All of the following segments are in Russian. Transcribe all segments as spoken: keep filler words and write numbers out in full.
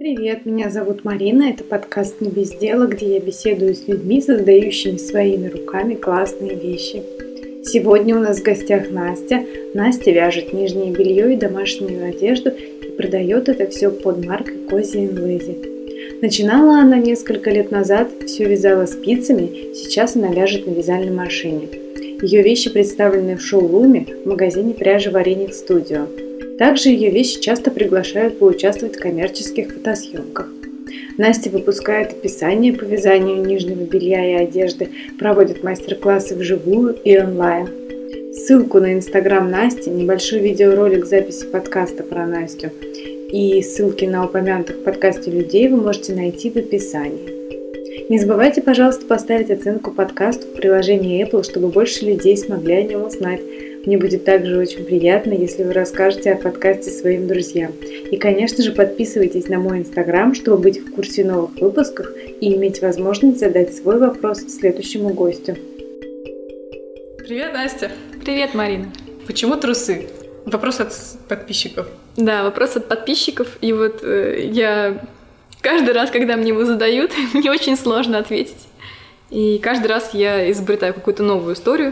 Привет, меня зовут Марина, это подкаст «Не без дела», где я беседую с людьми, создающими своими руками классные вещи. Сегодня у нас в гостях Настя. Настя вяжет нижнее белье и домашнюю одежду и продает это все под маркой Cozy and Lazy. Начинала она несколько лет назад, все вязала спицами, сейчас она вяжет на вязальной машине. Ее вещи представлены в шоуруме в магазине пряжи Вареник Studio. Также ее вещи часто приглашают поучаствовать в коммерческих фотосъемках. Настя выпускает описания по вязанию нижнего белья и одежды, проводит мастер-классы вживую и онлайн. Ссылку на инстаграм Насти, небольшой видеоролик записи подкаста про Настю и ссылки на упомянутых в подкасте людей вы можете найти в описании. Не забывайте, пожалуйста, поставить оценку подкасту в приложении Apple, чтобы больше людей смогли о нем узнать. Мне будет также очень приятно, если вы расскажете о подкасте своим друзьям. И, конечно же, подписывайтесь на мой инстаграм, чтобы быть в курсе новых выпусков и иметь возможность задать свой вопрос следующему гостю. Привет, Настя. Привет, Марина. Почему трусы? Вопрос от подписчиков. Да, вопрос от подписчиков. И вот э, я каждый раз, когда мне его задают, мне очень сложно ответить. И каждый раз я изобретаю какую-то новую историю.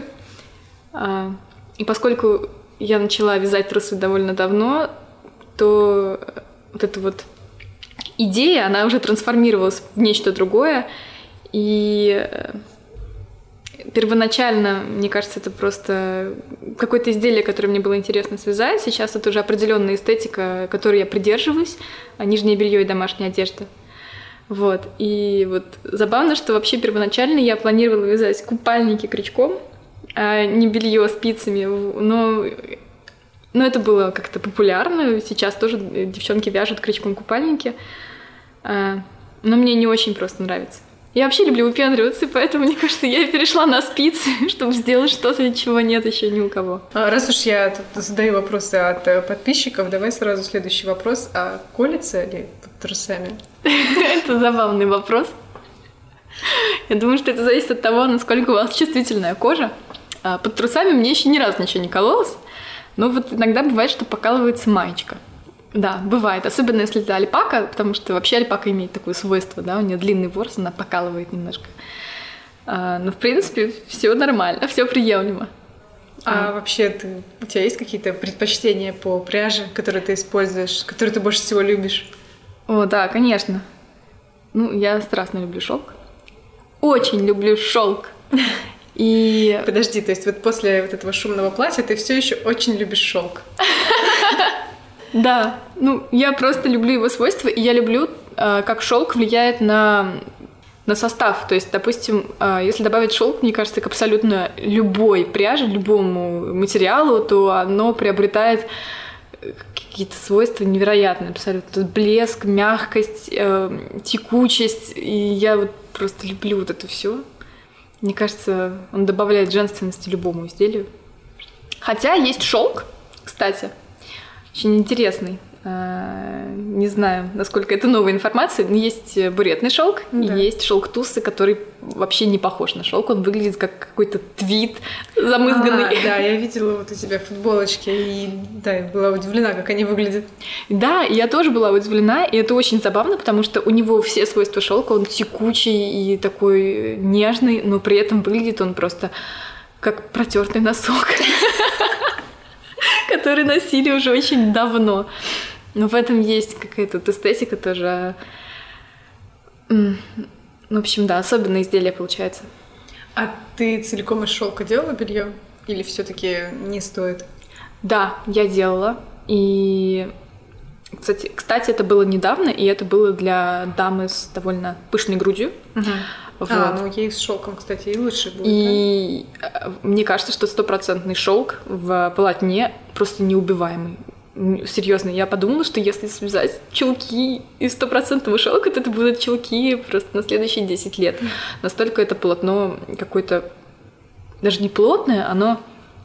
И поскольку я начала вязать трусы довольно давно, то вот эта вот идея, она уже трансформировалась в нечто другое. И первоначально, мне кажется, это просто какое-то изделие, которое мне было интересно связать. Сейчас это уже определенная эстетика, которой я придерживаюсь, нижнее белье и домашняя одежда. Вот. И вот забавно, что вообще первоначально я планировала вязать купальники крючком, а не белье спицами, но, но это было как-то популярно. Сейчас тоже девчонки вяжут крючком купальники, но мне не очень просто нравится. Я вообще люблю выпендриваться, поэтому, мне кажется, я перешла на спицы, чтобы сделать что-то, чего нет еще ни у кого. Раз уж я тут задаю вопросы от подписчиков, давай сразу следующий вопрос. А колется ли под трусами? Это забавный вопрос. Я думаю, что это зависит от того, насколько у вас чувствительная кожа. Под трусами мне еще ни разу ничего не кололось, но вот иногда бывает, что покалывается маечка. Да, бывает, особенно если это альпака, потому что вообще альпака имеет такое свойство, да, у нее длинный ворс, она покалывает немножко. Но в принципе все нормально, все приемлемо. А, а вообще ты, у тебя есть какие-то предпочтения по пряже, которые ты используешь, которые ты больше всего любишь? О, да, конечно. Ну, я страстно люблю шелк. Очень люблю шелк. И... Подожди, то есть вот после вот этого шумного платья ты все еще очень любишь шелк? Да, ну я просто люблю его свойства, и я люблю, как шелк влияет на, на состав. То есть, допустим, если добавить шелк, мне кажется, к абсолютно любой пряже, любому материалу, то оно приобретает какие-то свойства невероятные, абсолютно. Блеск, мягкость, текучесть, и я вот просто люблю вот это все. Мне кажется, он добавляет женственности любому изделию. Хотя есть шелк, кстати, очень интересный. Не знаю, насколько это новая информация, но есть буретный шелк, да. И есть шелк туссы, который вообще не похож на шелк. Он выглядит как какой-то твид замызганный. А, да, я видела вот у тебя футболочки, и да, была удивлена, как они выглядят. Да, я тоже была удивлена, и это очень забавно, потому что у него все свойства шелка, он текучий и такой нежный, но при этом выглядит он просто как протертый носок, который носили уже очень давно. Но в этом есть какая-то эстетика тоже. В общем, да, особенное изделие получается. А ты целиком из шелка делала белье? Или все-таки не стоит? Да, я делала. И, кстати, кстати, это было недавно, и это было для дамы с довольно пышной грудью. Угу. Вот. А, ну ей с шелком, кстати, и лучше будет. И да? Мне кажется, что стопроцентный шелк в полотне просто неубиваемый. Серьезно, я подумала, что если связать чулки из стопроцентного шелка, то это будут чулки просто на следующие десять лет. Настолько это полотно какое-то даже не плотное, оно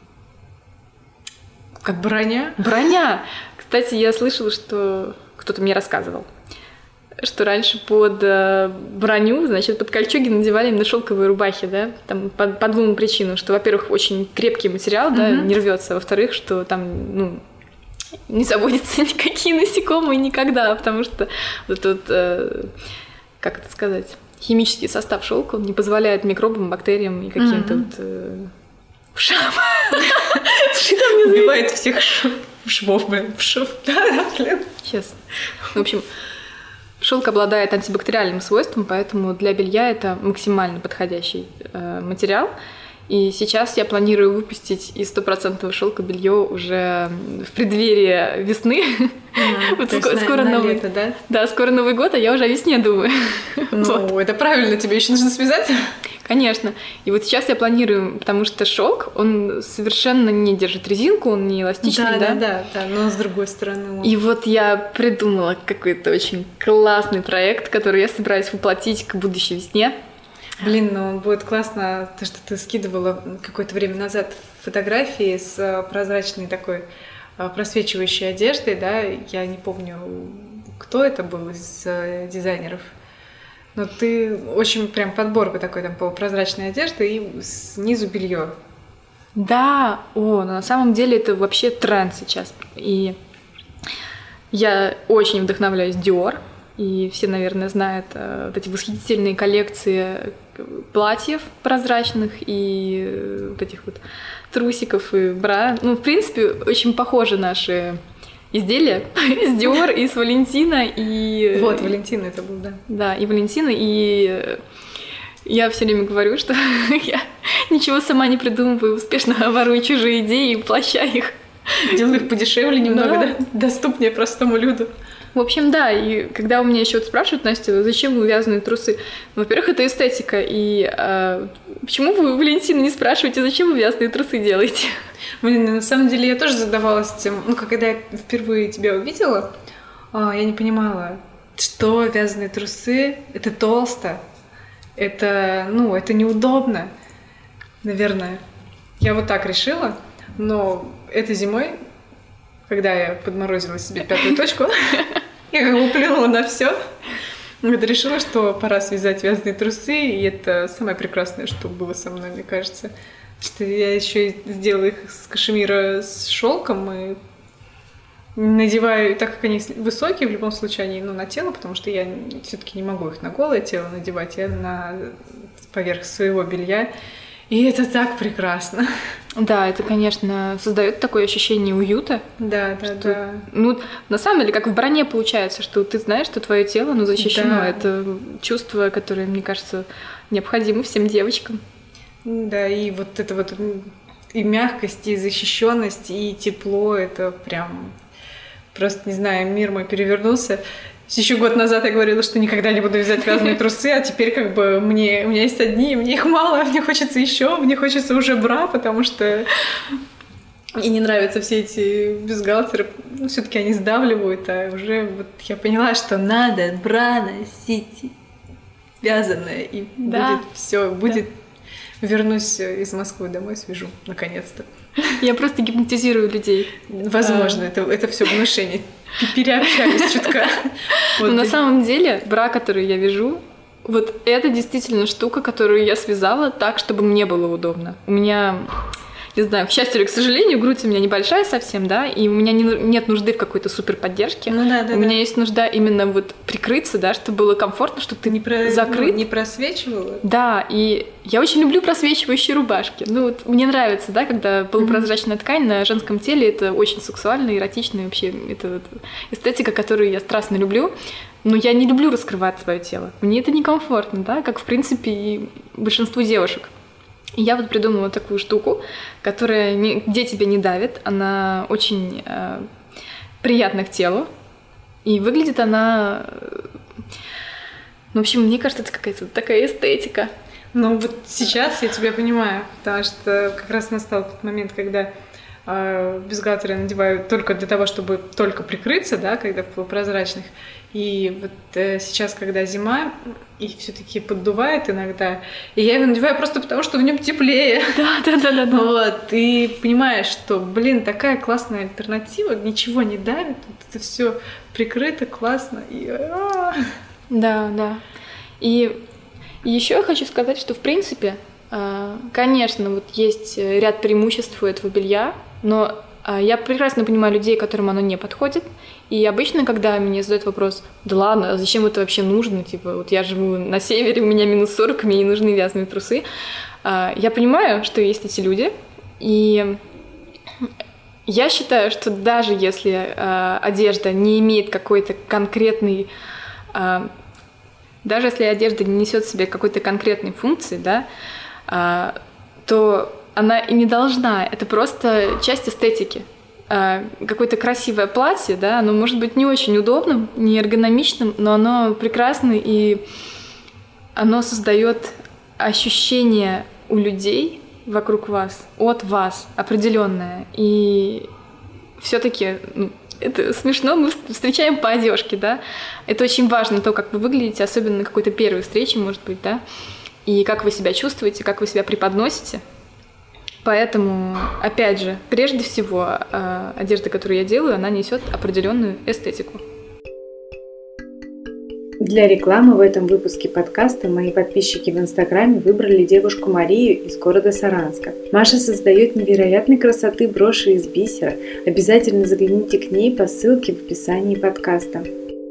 как броня. Броня. Кстати, я слышала, что кто-то мне рассказывал, что раньше под броню, значит, под кольчуги надевали именно шелковые рубахи, да, там по, по двум причинам, что, во-первых, очень крепкий материал, да, mm-hmm. не рвется, а во-вторых, что там, ну, не заводятся никакие насекомые никогда, потому что вот тут, э, как это сказать, химический состав шелка не позволяет микробам, бактериям и каким-то mm-hmm. вот, э, вшам. Убивает всех швов, блин, шов. Сейчас. В общем, шелк обладает антибактериальным свойством, поэтому для белья это максимально подходящий э, материал. И сейчас я планирую выпустить из стопроцентного шелка белье уже в преддверии весны. А, вот ск- на, скоро на Новый лето, да? Да, скоро Новый год, а я уже о весне думаю. Ну, вот. Это правильно, тебе еще нужно связать? Конечно. И вот сейчас я планирую, потому что шелк, он совершенно не держит резинку, он не эластичный, да? Да, да, да, да, но с другой стороны. Он... И вот я придумала какой-то очень классный проект, который я собираюсь воплотить к будущей весне. Блин, ну будет классно то, что ты скидывала какое-то время назад фотографии с прозрачной такой просвечивающей одеждой, да, я не помню, кто это был из дизайнеров, но ты очень прям подборка такой там полупрозрачной одежды и снизу белье. Да, о, но на самом деле это вообще тренд сейчас, и я очень вдохновляюсь Dior. И все, наверное, знают э, вот эти восхитительные коллекции платьев прозрачных и э, вот этих вот трусиков и бра. Ну, в принципе, очень похожи наши изделия с Dior и с Валентина. И... Вот, Валентина это был, да. Да, и Валентина, и я все время говорю, что я ничего сама не придумываю, успешно ворую чужие идеи и воплощаю их. Делаю их подешевле немного, да. Да? Доступнее простому люду. В общем, да, и когда у меня еще вот спрашивают, Настя, зачем вязаные трусы? Ну, во-первых, это эстетика, и а, почему вы, Валентина, не спрашиваете, зачем вы вязаные трусы делаете? Блин, на самом деле я тоже задавалась тем, ну, когда я впервые тебя увидела, я не понимала, что вязаные трусы, это толсто, это, ну, это неудобно, наверное. Я вот так решила, но этой зимой, когда я подморозила себе пятую точку, я как бы плюнула на все. Вот решила, что пора связать вязаные трусы, и это самое прекрасное, что было со мной, мне кажется. Что я еще и сделала их с кашемира с шелком и надеваю, так как они высокие, в любом случае они ну, на тело, потому что я все-таки не могу их на голое тело надевать, я на поверх своего белья. И это так прекрасно. Да, это, конечно, создает такое ощущение уюта. Да, да, что, да. Ну, на самом деле, как в броне получается, что ты знаешь, что твое тело ну, защищено. Да. Это чувство, которое, мне кажется, необходимо всем девочкам. Да, и вот это вот и мягкость, и защищенность, и тепло, это прям просто, не знаю, мир мой перевернулся. Еще год назад я говорила, что никогда не буду вязать вязаные трусы, а теперь как бы мне, у меня есть одни, мне их мало, мне хочется еще, мне хочется уже бра, потому что и не нравятся все эти бюстгальтеры, ну, все-таки они сдавливают, а уже вот я поняла, что надо бра носить вязаное, и да. будет все, будет... Да. Вернусь из Москвы домой, свяжу, наконец-то. Я просто гипнотизирую людей. Возможно, а... это, это все внушение. Переобщались чутка. Вот. На самом деле, бра, который я вяжу, вот это действительно штука, которую я связала так, чтобы мне было удобно. У меня, не знаю, к счастью или к сожалению, грудь у меня небольшая совсем, да, и у меня не, нет нужды в какой-то супер поддержке. Ну, да, да, у да. меня есть нужда именно вот прикрыться, да, чтобы было комфортно, чтобы ты не про... закрыт. Ну, не просвечивала. Да, и я очень люблю просвечивающие рубашки. Ну вот мне нравится, да, когда полупрозрачная mm-hmm. ткань на женском теле, это очень сексуально, эротично, и вообще это вот эстетика, которую я страстно люблю. Но я не люблю раскрывать свое тело. Мне это некомфортно, да, как в принципе и большинству девушек. И я вот придумала такую штуку, которая нигде тебя не давит, она очень э, приятна к телу, и выглядит она... Ну, в общем, мне кажется, это какая-то такая эстетика. Ну, вот сейчас я тебя понимаю, потому что как раз настал тот момент, когда э, бюстгальтеры я надеваю только для того, чтобы только прикрыться, да, когда в полупрозрачных. И вот э, сейчас, когда зима, и все-таки поддувает иногда, и я его надеваю просто потому, что в нем теплее. Да, да, да, да, да. Вот, и понимаешь, что, блин, такая классная альтернатива, ничего не давит, вот это все прикрыто, классно. И... Да, да. И еще я хочу сказать, что в принципе, конечно, вот есть ряд преимуществ у этого белья, но Я прекрасно понимаю людей, которым оно не подходит. И обычно, когда мне задают вопрос, да ладно, а зачем это вообще нужно? Типа, вот я живу на севере, у меня минус сорок, мне не нужны вязаные трусы. Я понимаю, что есть эти люди. И я считаю, что даже если одежда не имеет какой-то конкретный... Даже если одежда не несет в себе какой-то конкретной функции, да, то она и не должна. Это просто часть эстетики. Какое-то красивое платье, да, оно может быть не очень удобным, не эргономичным, но оно прекрасно, и оно создает ощущение у людей вокруг вас, от вас определенное. И все-таки ну, это смешно, мы встречаем по одежке, да. Это очень важно, то, как вы выглядите, особенно на какой-то первой встрече, может быть, да, и как вы себя чувствуете, как вы себя преподносите. Поэтому, опять же, прежде всего, одежда, которую я делаю, она несет определенную эстетику. Для рекламы в этом выпуске подкаста мои подписчики в Инстаграме выбрали девушку Марию из города Саранска. Маша создает невероятной красоты броши из бисера. Обязательно загляните к ней по ссылке в описании подкаста.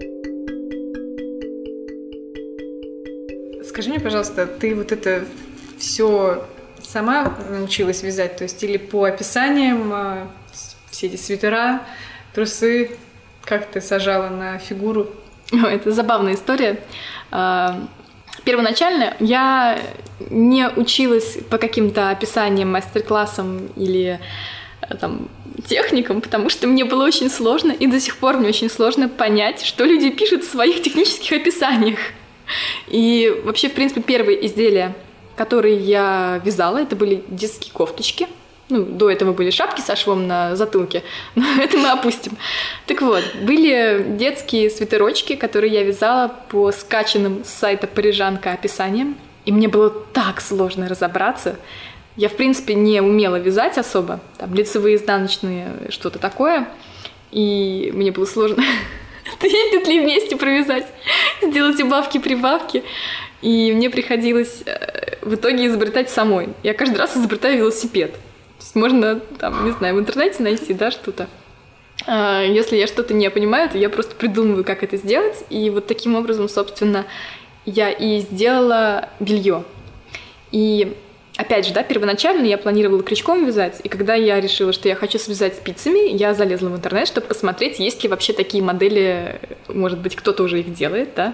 Скажи мне, пожалуйста, ты вот это все сама научилась вязать? То есть или по описаниям все эти свитера, трусы, как ты сажала на фигуру? Это забавная история. Первоначально я не училась по каким-то описаниям, мастер-классам или там, техникам, потому что мне было очень сложно, и до сих пор мне очень сложно понять, что люди пишут в своих технических описаниях. И вообще, в принципе, первые изделия, которые я вязала, это были детские кофточки. Ну, до этого были шапки со швом на затылке, но это мы опустим. Так вот, были детские свитерочки, которые я вязала по скачанным с сайта парижанка описаниям, и мне было так сложно разобраться. Я, в принципе, не умела вязать особо, там, лицевые, изнаночные, что-то такое, и мне было сложно две петли вместе провязать, сделать убавки-прибавки, и мне приходилось в итоге изобретать самой. Я каждый раз изобретаю велосипед. То есть можно, там, не знаю, в интернете найти, да, что-то. А если я что-то не понимаю, то я просто придумываю, как это сделать. И вот таким образом, собственно, я и сделала белье. И опять же, да, первоначально я планировала крючком вязать. И когда я решила, что я хочу связать спицами, я залезла в интернет, чтобы посмотреть, есть ли вообще такие модели, может быть, кто-то уже их делает, да.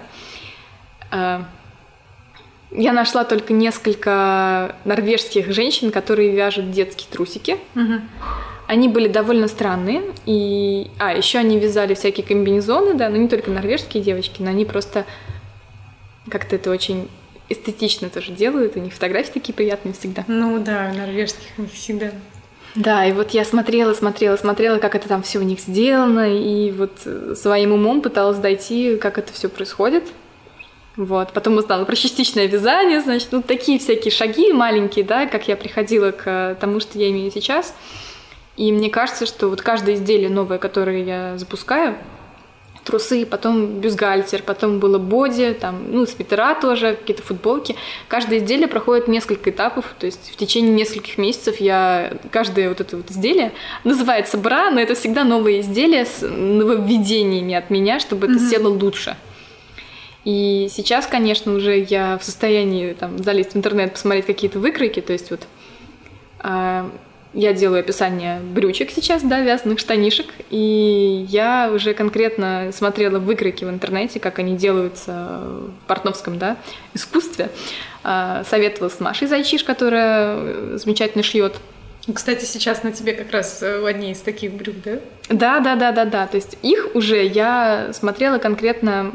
Я нашла только несколько норвежских женщин, которые вяжут детские трусики. Угу. Они были довольно странные. И... А, еще они вязали всякие комбинезоны, да, но не только норвежские девочки, но они просто как-то это очень эстетично тоже делают. У них фотографии такие приятные всегда. Ну да, норвежских у них всегда. Да, и вот я смотрела, смотрела, смотрела, как это там все у них сделано, и вот своим умом пыталась дойти, как это все происходит. Вот. Потом узнала про частичное вязание, значит, ну, такие всякие шаги маленькие, да, как я приходила к тому, что я имею сейчас. И мне кажется, что вот каждое изделие новое, которое я запускаю, трусы, потом бюстгальтер, потом было боди, там, ну, свитера тоже, какие-то футболки. Каждое изделие проходит несколько этапов, то есть в течение нескольких месяцев я каждое вот это вот изделие называется бра, но это всегда новое изделие с нововведениями от меня, чтобы это mm-hmm. село лучше. И сейчас, конечно, уже я в состоянии там, залезть в интернет, посмотреть какие-то выкройки. То есть вот э, я делаю описание брючек сейчас, да, вязаных штанишек. И я уже конкретно смотрела выкройки в интернете, как они делаются в портновском, да, искусстве. Э, советовала с Машей Зайчиш, которая замечательно шьет. Кстати, сейчас на тебе как раз одни из таких брюк, да? Да, да, да, да, да. То есть их уже я смотрела конкретно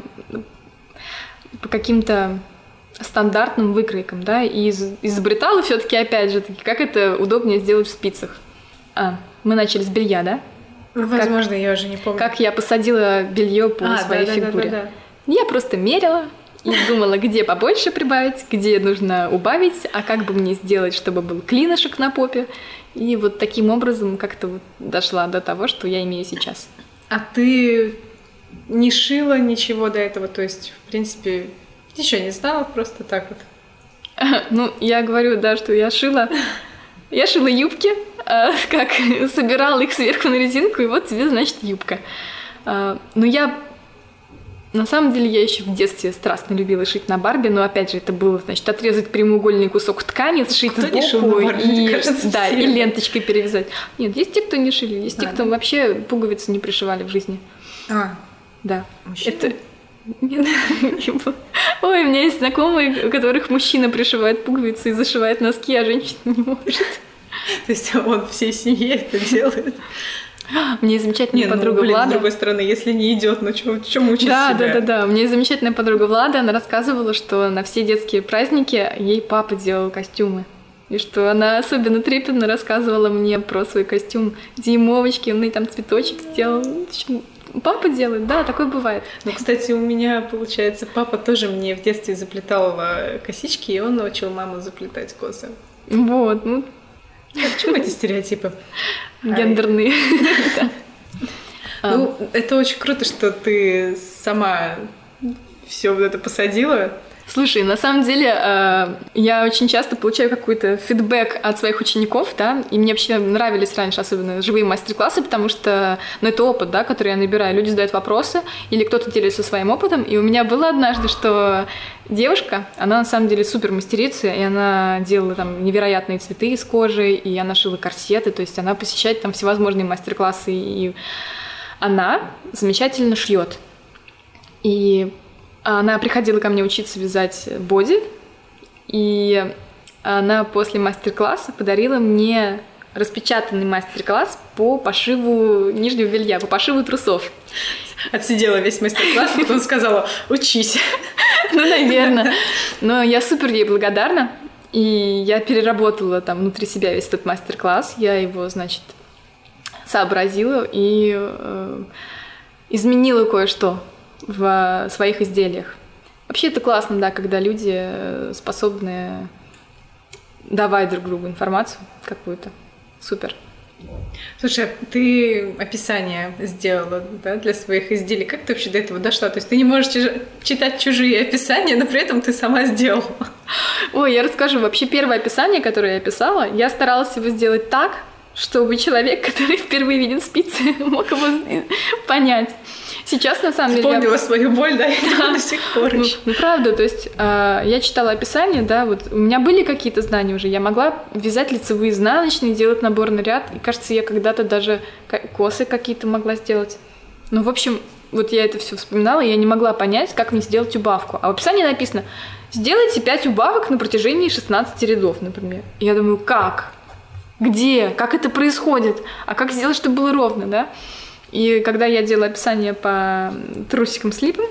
по каким-то стандартным выкройкам, да, и из- изобретала все-таки, опять же, таки, как это удобнее сделать в спицах. А, мы начали с белья, да? Возможно, как, я уже не помню. Как я посадила белье по а, своей да, фигуре. Да, да, да, да. Я просто мерила и думала, где побольше прибавить, где нужно убавить, а как бы мне сделать, чтобы был клинышек на попе. И вот таким образом как-то вот дошла до того, что я имею сейчас. А ты не шила ничего до этого? То есть, в принципе, ничего не знала, просто так вот? Ну, я говорю, да, что я шила. Я шила юбки, как собирал их сверху на резинку, и вот тебе, значит, юбка. Но я... На самом деле я еще в детстве страстно любила шить на Барби, но опять же это было, значит, отрезать прямоугольный кусок ткани, сшить сбоку и, кажется, да, и ленточкой перевязать. Нет, есть те, кто не шили, есть а, те, кто да. вообще пуговицы не пришивали в жизни. А, да. Мужчина? Это... Ой, у меня есть знакомые, у которых мужчина пришивает пуговицы и зашивает носки, а женщина не может. То есть он всей семье это делает? У меня есть замечательная не, подруга ну, блин, Влада. с другой стороны, если не идет, ну что мучить да, себя? Да, да, да. У меня есть замечательная подруга Влада, она рассказывала, что на все детские праздники ей папа делал костюмы. И что она особенно трепетно рассказывала мне про свой костюм зимовочки, он и там цветочек сделал. Папа делает, да, такое бывает. Ну, кстати, у меня, получается, папа тоже мне в детстве заплетал косички, и он научил маму заплетать косы. Вот, ну... А почему эти стереотипы? Гендерные. Ну, это очень круто, что ты сама все вот это посадила. Слушай, на самом деле я очень часто получаю какой-то фидбэк от своих учеников, да, и мне вообще нравились раньше особенно живые мастер-классы, потому что, ну, это опыт, да, который я набираю. Люди задают вопросы, или кто-то делится своим опытом, и у меня было однажды, что девушка, она на самом деле супер мастерица, и она делала там невероятные цветы из кожи, и она шила корсеты, то есть она посещает там всевозможные мастер-классы, и она замечательно шьет. И она приходила ко мне учиться вязать боди, и она после мастер-класса подарила мне распечатанный мастер-класс по пошиву нижнего белья, по пошиву трусов. Отсидела весь мастер-класс, и потом сказала: учись. Ну, наверное. Но я супер ей благодарна, и я переработала там внутри себя весь этот мастер-класс, я его, значит, сообразила и э, изменила кое-что в своих изделиях. Вообще это классно, да, когда люди способны давать друг другу информацию какую-то. Супер. Слушай, ты описание сделала, да, для своих изделий. Как ты вообще до этого дошла? То есть ты не можешь читать чужие описания, но при этом ты сама сделала. Ой, я расскажу. Вообще первое описание, которое я писала, я старалась его сделать так, чтобы человек, который впервые видит спицы, мог его понять. Сейчас, на самом деле... Вспомнила я... свою боль, да, да. до сих пор ну, еще. Ну, правда, то есть э, я читала описание, да, вот у меня были какие-то знания уже, я могла вязать лицевые, изнаночные, делать наборный ряд, и, кажется, я когда-то даже косы какие-то могла сделать. Ну, в общем, вот я это все вспоминала, и я не могла понять, как мне сделать убавку. А в описании написано: сделайте пять убавок на протяжении шестнадцати рядов, например. И я думаю, как? Где? Как это происходит? А как сделать, чтобы было ровно, да? И когда я делала описание по трусикам-слипам,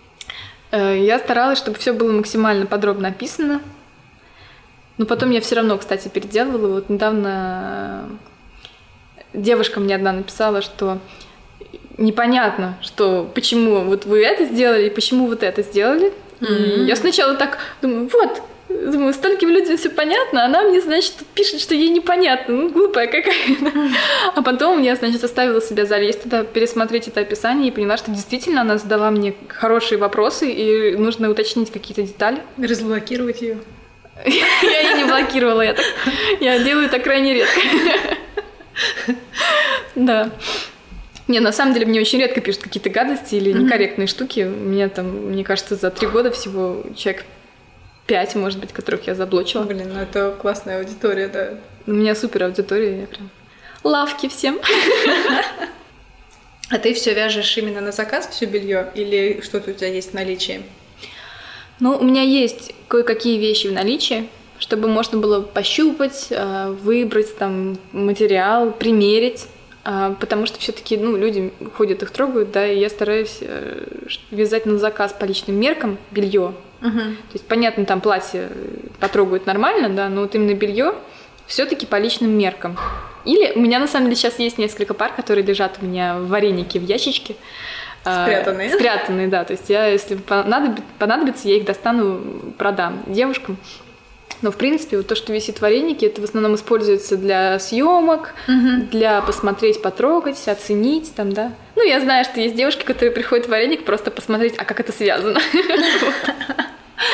я старалась, чтобы все было максимально подробно описано. Но потом я все равно, кстати, переделывала. Вот недавно девушка мне одна написала, что непонятно, что почему вот вы это сделали и почему вот это сделали. Mm-hmm. И я сначала так думаю, вот, думаю, стольким людям все понятно, а она мне, значит, пишет, что ей непонятно, ну, глупая какая-то. А потом я, значит, оставила себя залезть туда, пересмотреть это описание и поняла, что действительно она задала мне хорошие вопросы, и нужно уточнить какие-то детали. Разблокировать ее. Я ее не блокировала, я, так, я делаю это крайне редко. Да. Не, на самом деле мне очень редко пишут какие-то гадости или некорректные штуки. У меня там, мне кажется, за три года всего человек пять, может быть, которых я заблочила. Блин, ну это классная аудитория, да. У меня супер аудитория, я прям... Лавки всем. А ты все вяжешь именно на заказ, все белье, или что-то у тебя есть в наличии? Ну, у меня есть кое-какие вещи в наличии, чтобы можно было пощупать, выбрать там материал, примерить, потому что все-таки, ну, люди ходят, их трогают, да, и я стараюсь вязать на заказ по личным меркам белье. Uh-huh. То есть, понятно, там платье потрогают нормально, да, но вот именно белье все-таки по личным меркам. Или у меня на самом деле сейчас есть несколько пар, которые лежат у меня в варенике в ящичке. Спрятанные. А, спрятанные, да. То есть я, если понадоб... понадобится, я их достану, продам девушкам. Но, в принципе, вот то, что висит в варенике, это в основном используется для съемок, угу. для посмотреть, потрогать, оценить, там, да. Ну, я знаю, что есть девушки, которые приходят в вареник просто посмотреть, а как это связано.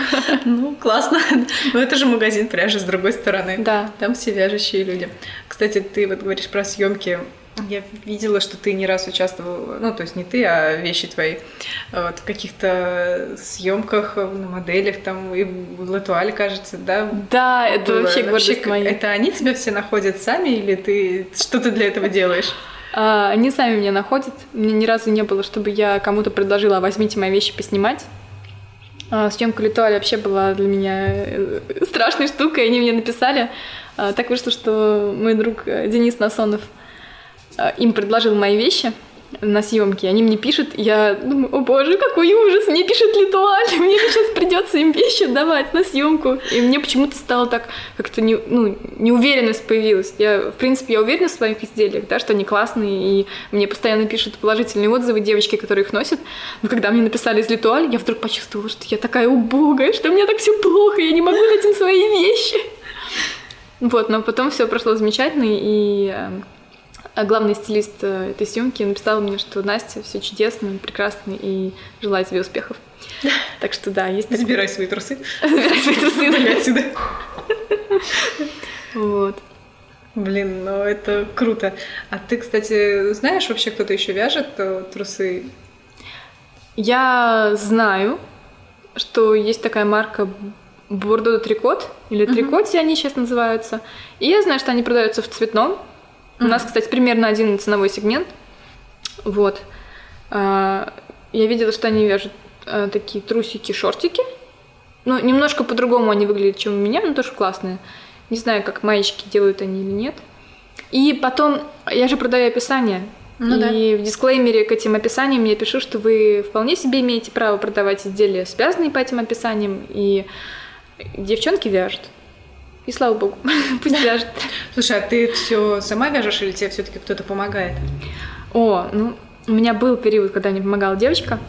Ну, классно. Но это же магазин пряжи с другой стороны. Да. Там все вяжущие люди. Кстати, ты вот говоришь про съемки. Я видела, что ты не раз участвовала, ну, то есть не ты, а вещи твои, вот, в каких-то съемках на моделях, там, и в Латуале, кажется, да? Да, это было. вообще гордость вообще, моя. Это они тебя все находят сами, или ты что ты для этого делаешь? А, они сами меня находят. Мне ни разу не было, чтобы я кому-то предложила: возьмите мои вещи поснимать. А, съемка Латуале вообще была для меня страшной штукой, они мне написали. А, так вышло, что мой друг Денис Насонов им предложил мои вещи на съемке, они мне пишут, я думаю: о боже, какой ужас, мне пишет Латуале, мне сейчас придется им вещи отдавать на съемку. И мне почему-то стало так, как-то не, ну, неуверенность появилась. Я, в принципе, я уверена в своих изделиях, да, что они классные, и мне постоянно пишут положительные отзывы девочки, которые их носят. Но когда мне написали из Латуале, я вдруг почувствовала, что я такая убогая, что у меня так все плохо, я не могу дать им свои вещи. Вот, но потом все прошло замечательно, и А главный стилист этой съемки написал мне, что Настя, все чудесно, прекрасно, и желаю тебе успехов. Так что да, есть... Забирай свои трусы. Забирай свои трусы. Вали отсюда. Вот. Блин, ну это круто. А ты, кстати, знаешь вообще, кто-то еще вяжет трусы? Я знаю, что есть такая марка Bordeaux Tricot, или Трикоти они сейчас называются. И я знаю, что они продаются в цветном. У нас, кстати, примерно один ценовой сегмент. Вот. Я видела, что они вяжут такие трусики-шортики. Ну, немножко по-другому они выглядят, чем у меня, но тоже классные. Не знаю, как маечки делают они или нет. И потом, я же продаю описание. Ну, и да. В дисклеймере к этим описаниям я пишу, что вы вполне себе имеете право продавать изделия, связанные по этим описаниям. И девчонки вяжут. И слава богу, пусть вяжет. Слушай, а ты все сама вяжешь или тебе все-таки кто-то помогает? О, ну, у меня был период, когда мне помогала девочка,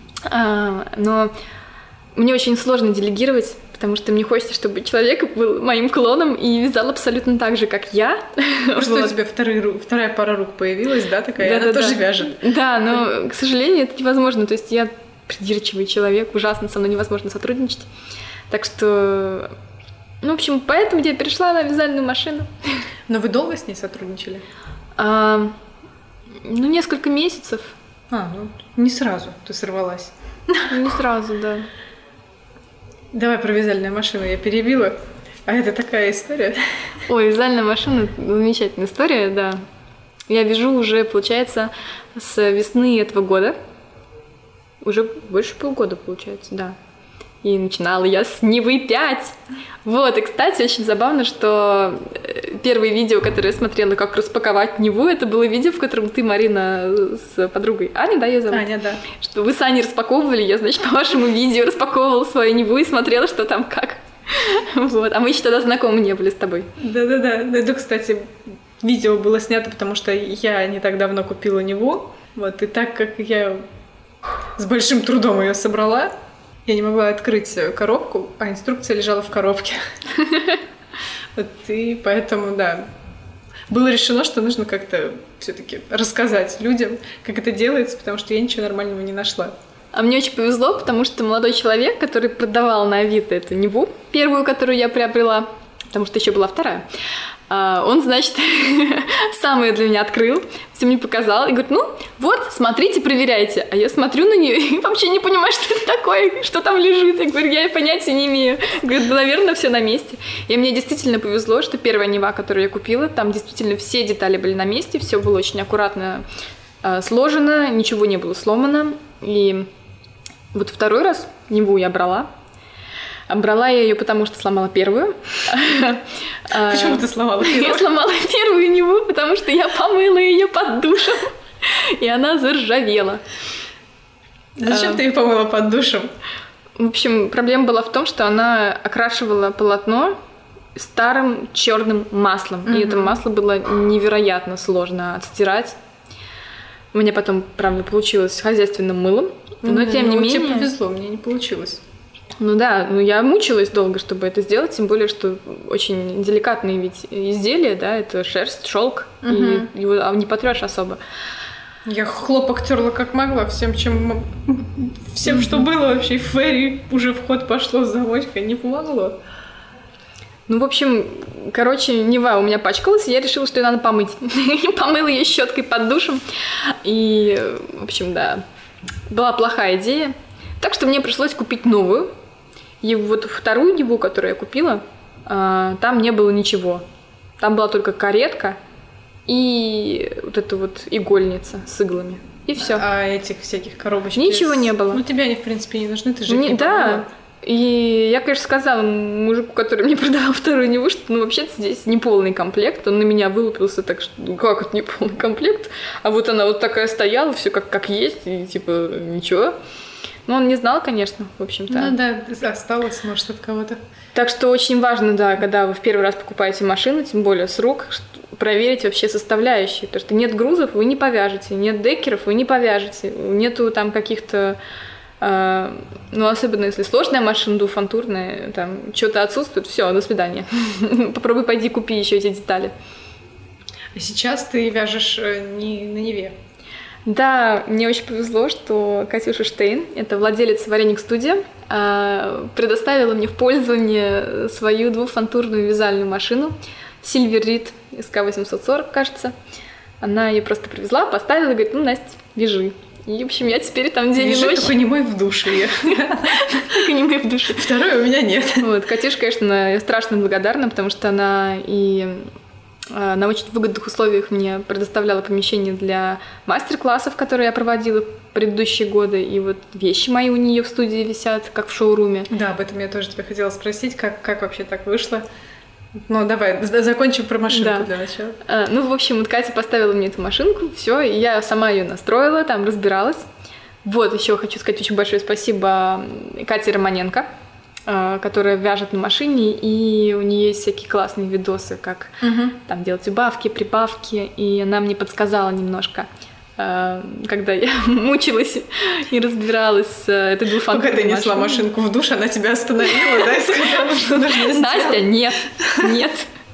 но мне очень сложно делегировать, потому что мне хочется, чтобы человек был моим клоном и вязал абсолютно так же, как я. Просто вот. У тебя вторые, вторая пара рук появилась, да, такая, да, она да, тоже да. вяжет. Да, но, к сожалению, это невозможно. То есть я придирчивый человек, ужасно, со мной невозможно сотрудничать. Так что... Ну, в общем, поэтому я перешла на вязальную машину. Но вы долго с ней сотрудничали? А, ну, несколько месяцев. А, ну, не сразу ты сорвалась. Не сразу, да. Давай про вязальную машину, я перебила. А это такая история. Ой, вязальная машина – замечательная история, да. Я вяжу уже, получается, с весны этого года. Уже больше полгода, получается, да. И начинала я с Нивы пять. Вот, и, кстати, очень забавно, что первое видео, которое я смотрела, как распаковать Ниву, это было видео, в котором ты, Марина, с подругой Аней, да, ее зовут? Аня, да. Что вы с Аней распаковывали, я, значит, по вашему видео распаковывала свою Ниву и смотрела, что там как. Вот, а мы еще тогда знакомы не были с тобой. Да-да-да, это, кстати, видео было снято, потому что я не так давно купила Ниву, вот, и так как я с большим трудом ее собрала, я не могла открыть коробку, а инструкция лежала в коробке. Вот, и поэтому, да, было решено, что нужно как-то все-таки рассказать людям, как это делается, потому что я ничего нормального не нашла. А мне очень повезло, потому что молодой человек, который продавал на Авито эту Ниву, первую, которую я приобрела, потому что еще была вторая, он, значит, сам ее для меня открыл, все мне показал и говорит: ну, вот, смотрите, проверяйте. А я смотрю на нее и вообще не понимаю, что это такое, что там лежит. Я говорю, я понятия не имею. Говорит, да, наверное, все на месте. И мне действительно повезло, что первая Нива, которую я купила, там действительно все детали были на месте, все было очень аккуратно э, сложено, ничего не было сломано. И вот второй раз Ниву я брала. Брала я ее, потому что сломала первую. Почему ты сломала первую? Я сломала первую Ниву, потому что я помыла ее под душем, и она заржавела. Зачем ты ее помыла под душем? В общем, проблема была в том, что она окрашивала полотно старым черным маслом, и это масло было невероятно сложно отстирать. У меня потом, правда, получилось хозяйственным мылом, но тем не менее... Тебе повезло, мне не получилось. Ну да, ну я мучилась долго, чтобы это сделать, тем более, что очень деликатные ведь изделия, да, это шерсть, шелк, угу. и его не потрешь особо. Я хлопок терла как могла, всем, чем... всем, что было вообще в Ферри, уже в ход пошло с замочкой, не помогло. Ну, в общем, короче, Нева у меня пачкалась, и я решила, что ее надо помыть. Помыла ее щеткой под душем. И, в общем, да, была плохая идея. Так что мне пришлось купить новую. И вот вторую Неву, которую я купила, там не было ничего. Там была только каретка и вот эта вот игольница с иглами. И все. А этих всяких коробочек? Ничего не было. Ну, тебе они, в принципе, не нужны, ты же не, их не да. помыла. И я, конечно, сказала мужику, который мне продавал вторую Неву, что ну вообще-то здесь не полный комплект. Он на меня вылупился так, что ну как это не полный комплект? А вот она вот такая стояла, все как, как есть, и типа ничего. Но он не знал, конечно, в общем-то. Ну да, осталось, может, от кого-то. Так что очень важно, да, когда вы в первый раз покупаете машину, тем более с рук, проверить вообще составляющие. Потому что нет грузов, вы не повяжете, нет декеров, вы не повяжете, нету там каких-то... Ну, особенно если сложная машина, двухфантурная, там что-то отсутствует, все, до свидания. Попробуй пойди купи еще эти детали. А сейчас ты вяжешь не на Неве? Да, мне очень повезло, что Катюша Штейн, это владелец Вареник Студия, предоставила мне в пользование свою двухфантурную вязальную машину Silver Reed эс ка восемьсот сорок, кажется. Она ее просто привезла, поставила и говорит: ну, Настя, вяжи. И, в общем, я теперь там день и ночь. Только не мой в душе. Только не мой в душе. Второй у меня нет. Вот, Катюша, конечно, я страшно благодарна, потому что она и на очень выгодных условиях мне предоставляла помещение для мастер-классов, которые я проводила в предыдущие годы. И вот вещи мои у нее в студии висят, как в шоуруме. Да, об этом я тоже тебя хотела спросить, как, как вообще так вышло. Ну, давай, закончим про машинку да. для начала. А, ну, в общем, вот Катя поставила мне эту машинку, все, и я сама ее настроила, там разбиралась. Вот, еще хочу сказать очень большое спасибо Кате Романенко, которая вяжет на машине, и у нее есть всякие классные видосы, как угу. там делать убавки, прибавки, и она мне подсказала немножко, когда я мучилась и разбиралась с этой двухфантурной машиной. Пока ты несла машинку в душ, она тебя остановила, да, и сказала, что нужно сделать. Настя, нет, нет.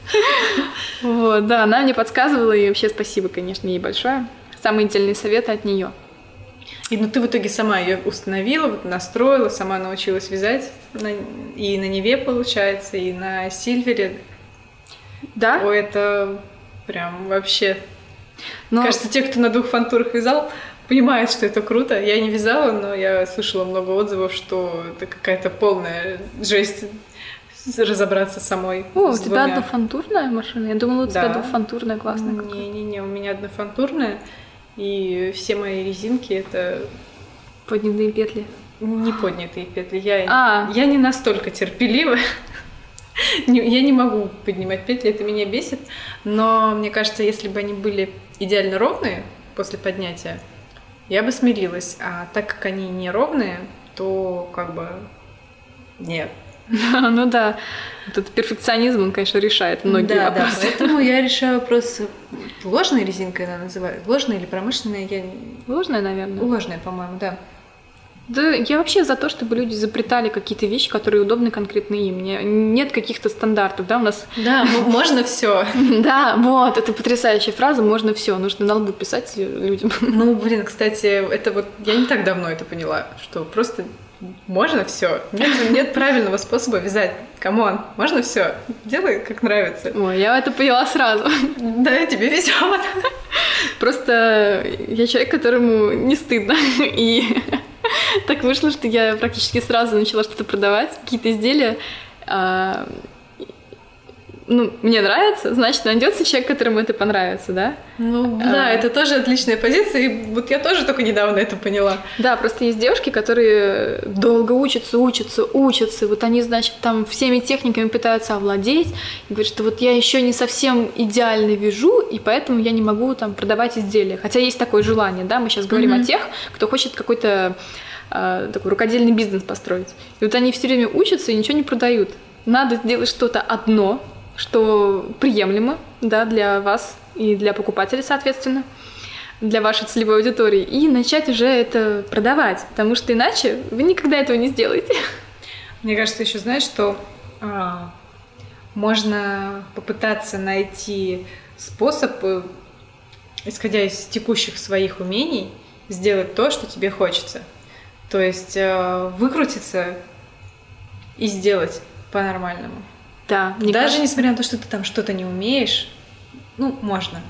Вот, да, она мне подсказывала, и вообще спасибо, конечно, ей большое. Самые дельные советы от нее. И ну ты в итоге сама ее установила, вот настроила, сама научилась вязать на, и на Неве, получается, и на Сильвере. Да. О, это прям вообще... Но... Кажется, те, кто на двух фантурах вязал, понимают, что это круто. Я не вязала, но я слышала много отзывов, что это какая-то полная жесть разобраться самой. О, у тебя однофантурная машина? Я думала, у тебя да. двухфантурная классная. Не-не-не, у меня однофантурная. И все мои резинки — это... Поднятые петли? Не поднятые петли. Я, а. я не настолько терпеливая. Я не могу поднимать петли, это меня бесит. Но мне кажется, если бы они были идеально ровные после поднятия, я бы смирилась. А так как они не ровные, то как бы нет. Ну да, этот перфекционизм, он, конечно, решает многие да, вопросы. Да, поэтому я решаю вопрос, ложной резинкой она называется, ложная или промышленная, я... Ложная, наверное. Ложная, по-моему, да. Да, я вообще за то, чтобы люди изобретали какие-то вещи, которые удобны конкретно им. Нет каких-то стандартов, да, у нас... Да, можно все. Да, вот, это потрясающая фраза, можно все, нужно на лбу писать людям. Ну, блин, кстати, это вот, я не так давно это поняла, что просто... Можно все. Нет, нет правильного способа вязать. Камон, можно все. Делай, как нравится. Ой, я это поняла сразу. Да, тебе везет. Просто я человек, которому не стыдно. И так вышло, что я практически сразу начала что-то продавать, какие-то изделия. Ну, мне нравится, значит, найдется человек, которому это понравится, да? Ну, да, а... это тоже отличная позиция, и вот я тоже только недавно это поняла. Да, просто есть девушки, которые долго учатся, учатся, учатся, вот они, значит, там всеми техниками пытаются овладеть, и говорят, что вот я еще не совсем идеально вяжу, и поэтому я не могу там продавать изделия. Хотя есть такое желание, да, мы сейчас говорим mm-hmm. о тех, кто хочет какой-то э, такой рукодельный бизнес построить. И вот они все время учатся и ничего не продают. Надо сделать что-то одно, что приемлемо, да, для вас и для покупателей, соответственно, для вашей целевой аудитории, и начать уже это продавать, потому что иначе вы никогда этого не сделаете. Мне кажется, еще знаешь, что а, можно попытаться найти способ исходя из текущих своих умений, сделать то, что тебе хочется. То есть э, выкрутиться и сделать по-нормальному. Да. Даже кажется... несмотря на то, что ты там что-то не умеешь, ну, можно.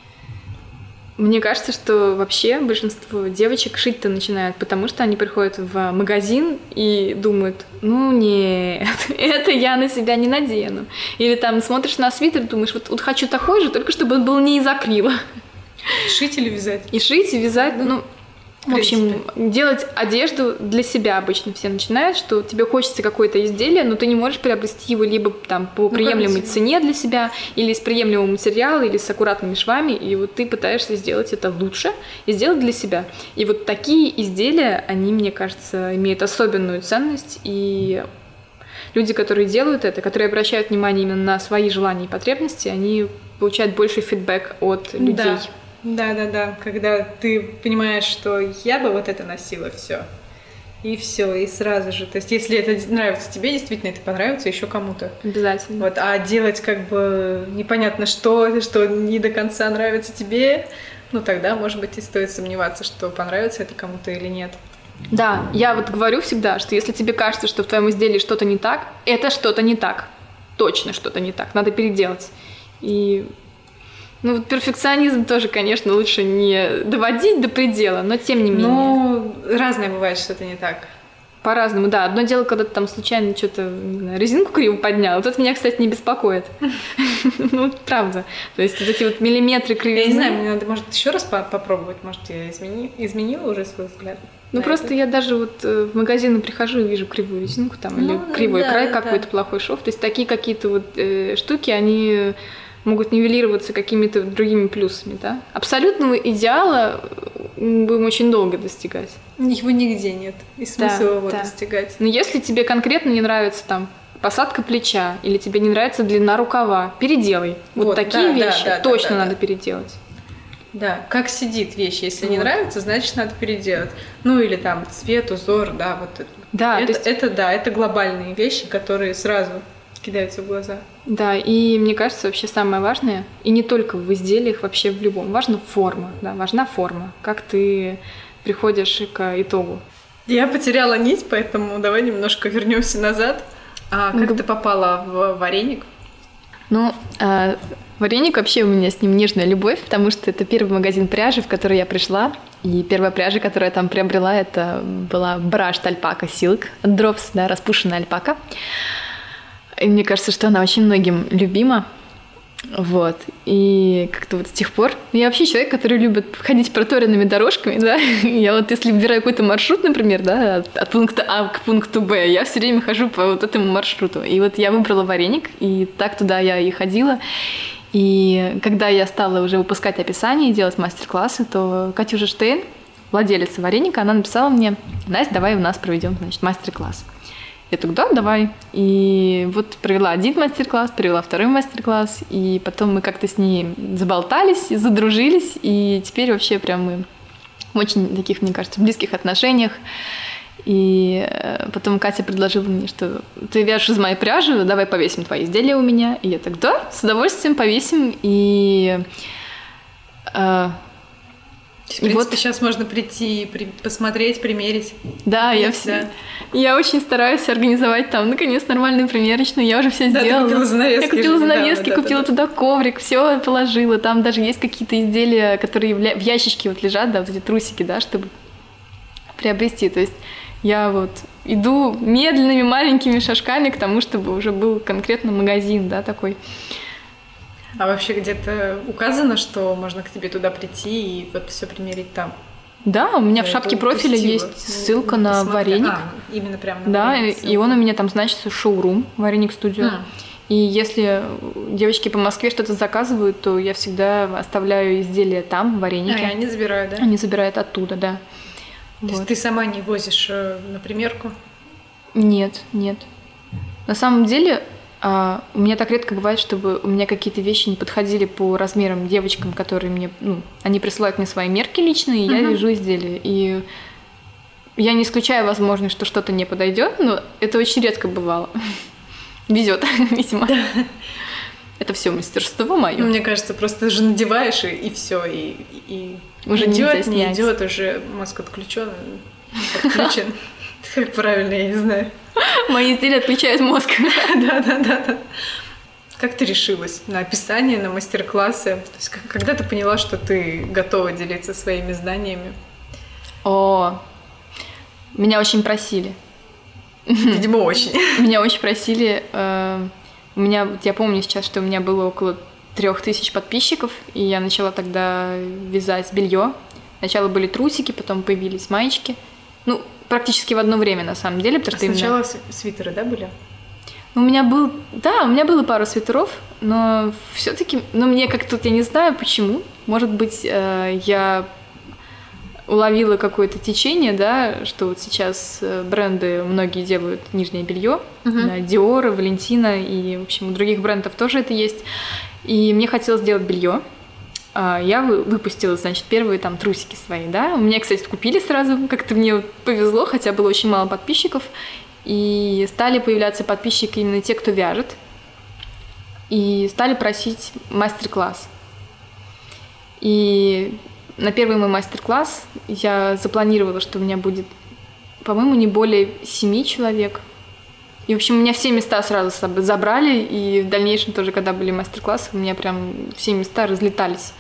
Мне кажется, что вообще большинство девочек шить-то начинают, потому что они приходят в магазин и думают, ну нет, это я на себя не надену. Или там смотришь на свитер, думаешь, вот, вот хочу такой же, только чтобы он был не из акрила. Шить или вязать? И шить, и вязать, ну... ну в общем, делать одежду для себя обычно все начинают, что тебе хочется какое-то изделие, но ты не можешь приобрести его либо там по приемлемой ну, цене для себя, или из приемлемого материала, или с аккуратными швами, и вот ты пытаешься сделать это лучше и сделать для себя. И вот такие изделия, они, мне кажется, имеют особенную ценность, и люди, которые делают это, которые обращают внимание именно на свои желания и потребности, они получают больше фидбэк от людей. Да. Да, да, да. Когда ты понимаешь, что я бы вот это носила, все. И все, и сразу же. То есть, если это нравится тебе, действительно, это понравится еще кому-то. Обязательно. Вот, а делать как бы непонятно что, что не до конца нравится тебе, ну тогда, может быть, и стоит сомневаться, что понравится это кому-то или нет. Да, я вот говорю всегда, что если тебе кажется, что в твоем изделии что-то не так, это что-то не так. Точно что-то не так. Надо переделать. И... Ну, вот перфекционизм тоже, конечно, лучше не доводить до предела, но тем не менее. Ну, разное бывает, что-то не так. По-разному, да. Одно дело, когда ты там случайно что-то, не знаю, резинку криво поднял. Вот это меня, кстати, не беспокоит. Ну, правда. То есть вот эти вот миллиметры кривизны. Я не знаю, мне надо, может, еще раз попробовать. Может, я изменила уже свой взгляд. Ну, просто я даже вот в магазин прихожу и вижу кривую резинку там, или кривой край, какой-то плохой шов. То есть такие какие-то вот штуки, они... могут нивелироваться какими-то другими плюсами, да? Абсолютного идеала будем очень долго достигать. Его нигде нет, и смысл да, его да. достигать. Но если тебе конкретно не нравится там посадка плеча, или тебе не нравится длина рукава, переделай. Вот, вот такие да, вещи да, да, точно да, да, надо да. переделать. Да, как сидит вещь, если вот. не нравится, значит, надо переделать. Ну, или там цвет, узор, да, вот это. Да, это, то есть... это, да, это глобальные вещи, которые сразу... кидаются в глаза. Да, и мне кажется, вообще самое важное, и не только в изделиях, вообще в любом, важна форма, да, важна форма, как ты приходишь к итогу. Я потеряла нить, поэтому давай немножко вернемся назад. А как ну, ты попала в вареник? Ну, а, вареник вообще у меня с ним нежная любовь, потому что это первый магазин пряжи, в который я пришла. И первая пряжа, которую я там приобрела, это была Brushed Alpaca Silk от Drops, да, распушенная альпака. И мне кажется, что она очень многим любима. Вот. И как-то вот с тех пор... Я вообще человек, который любит ходить проторенными дорожками, да. Я вот если выбираю какой-то маршрут, например, да, от, от пункта А к пункту Б, я все время хожу по вот этому маршруту. И вот я выбрала вареник, и так туда я и ходила. И когда я стала уже выпускать описание и делать мастер-классы, то Катюша Штейн, владелица вареника, она написала мне: Настя, давай у нас проведем, значит, мастер-класс. Я такая, да, давай. И вот провела один мастер-класс, провела второй мастер-класс, и потом мы как-то с ней заболтались, задружились, и теперь вообще прям мы в очень таких, мне кажется, близких отношениях. И потом Катя предложила мне, что ты вяжешь из моей пряжи, давай повесим твои изделия у меня. И я так, да, с удовольствием повесим. И... В принципе, вот сейчас можно прийти, при, посмотреть, примерить. Да, я, все, да. я очень стараюсь организовать там, наконец, нормальную примерочную. Я уже все да, сделала. Ты купила занавески. Я купила занавески, да, купила да, туда да. коврик, все положила. Там даже есть какие-то изделия, которые в ящичке вот лежат, да, вот эти трусики, да, чтобы приобрести. То есть я вот иду медленными маленькими шажками к тому, чтобы уже был конкретно магазин, да, такой. А вообще где-то указано, что можно к тебе туда прийти и вот все примерить там? Да, у меня да, в шапке профиля есть ссылка ну, на вареник. А, именно прямо на да, вареник. Да, и он у меня там значится шоурум, Вареник Студио. А. И если девочки по Москве что-то заказывают, то я всегда оставляю изделия там, в варенике. А, и они забирают, да? Они забирают оттуда, да. То вот. есть ты сама не возишь на примерку? Нет, нет. На самом деле... Uh, у меня так редко бывает, чтобы у меня какие-то вещи не подходили по размерам девочкам, которые мне, ну, они присылают мне свои мерки личные, и uh-huh. я вяжу изделия. И я не исключаю возможность, что что-то не подойдет, но это очень редко бывало. Везет, видимо. Это все мастерство мое. Ну, мне кажется, просто ты же надеваешь и, и все, и, и уже идет, не идет, уже мозг отключен, отключен. Как правильно, я не знаю. Мои изделия отключают мозг. Да, да, да, да. Как ты решилась на описание, на мастер-классы? То есть, когда ты поняла, что ты готова делиться своими знаниями? О, меня очень просили. Видимо, очень. Меня очень просили. У меня, я помню сейчас, что у меня было около трех тысяч подписчиков, и я начала тогда вязать белье. Сначала были трусики, потом появились маечки. Ну, практически в одно время, на самом деле. А сначала именно... свитеры, да, были? У меня был, да, у меня было пару свитеров, но все-таки, ну, мне как тут, я не знаю почему. Может быть, я уловила какое-то течение, да, что вот сейчас бренды многие делают нижнее белье, uh-huh. Dior, Valentino и, в общем, у других брендов тоже это есть. И мне хотелось сделать белье. Я выпустила, значит, первые там трусики свои, да. У меня, кстати, купили сразу, как-то мне повезло, хотя было очень мало подписчиков. И стали появляться подписчики именно те, кто вяжет. И стали просить мастер-класс. И на первый мой мастер-класс я запланировала, что у меня будет, по-моему, не более семи человек. И, в общем, у меня все места сразу забрали, и в дальнейшем тоже, когда были мастер-классы, у меня прям все места разлетались.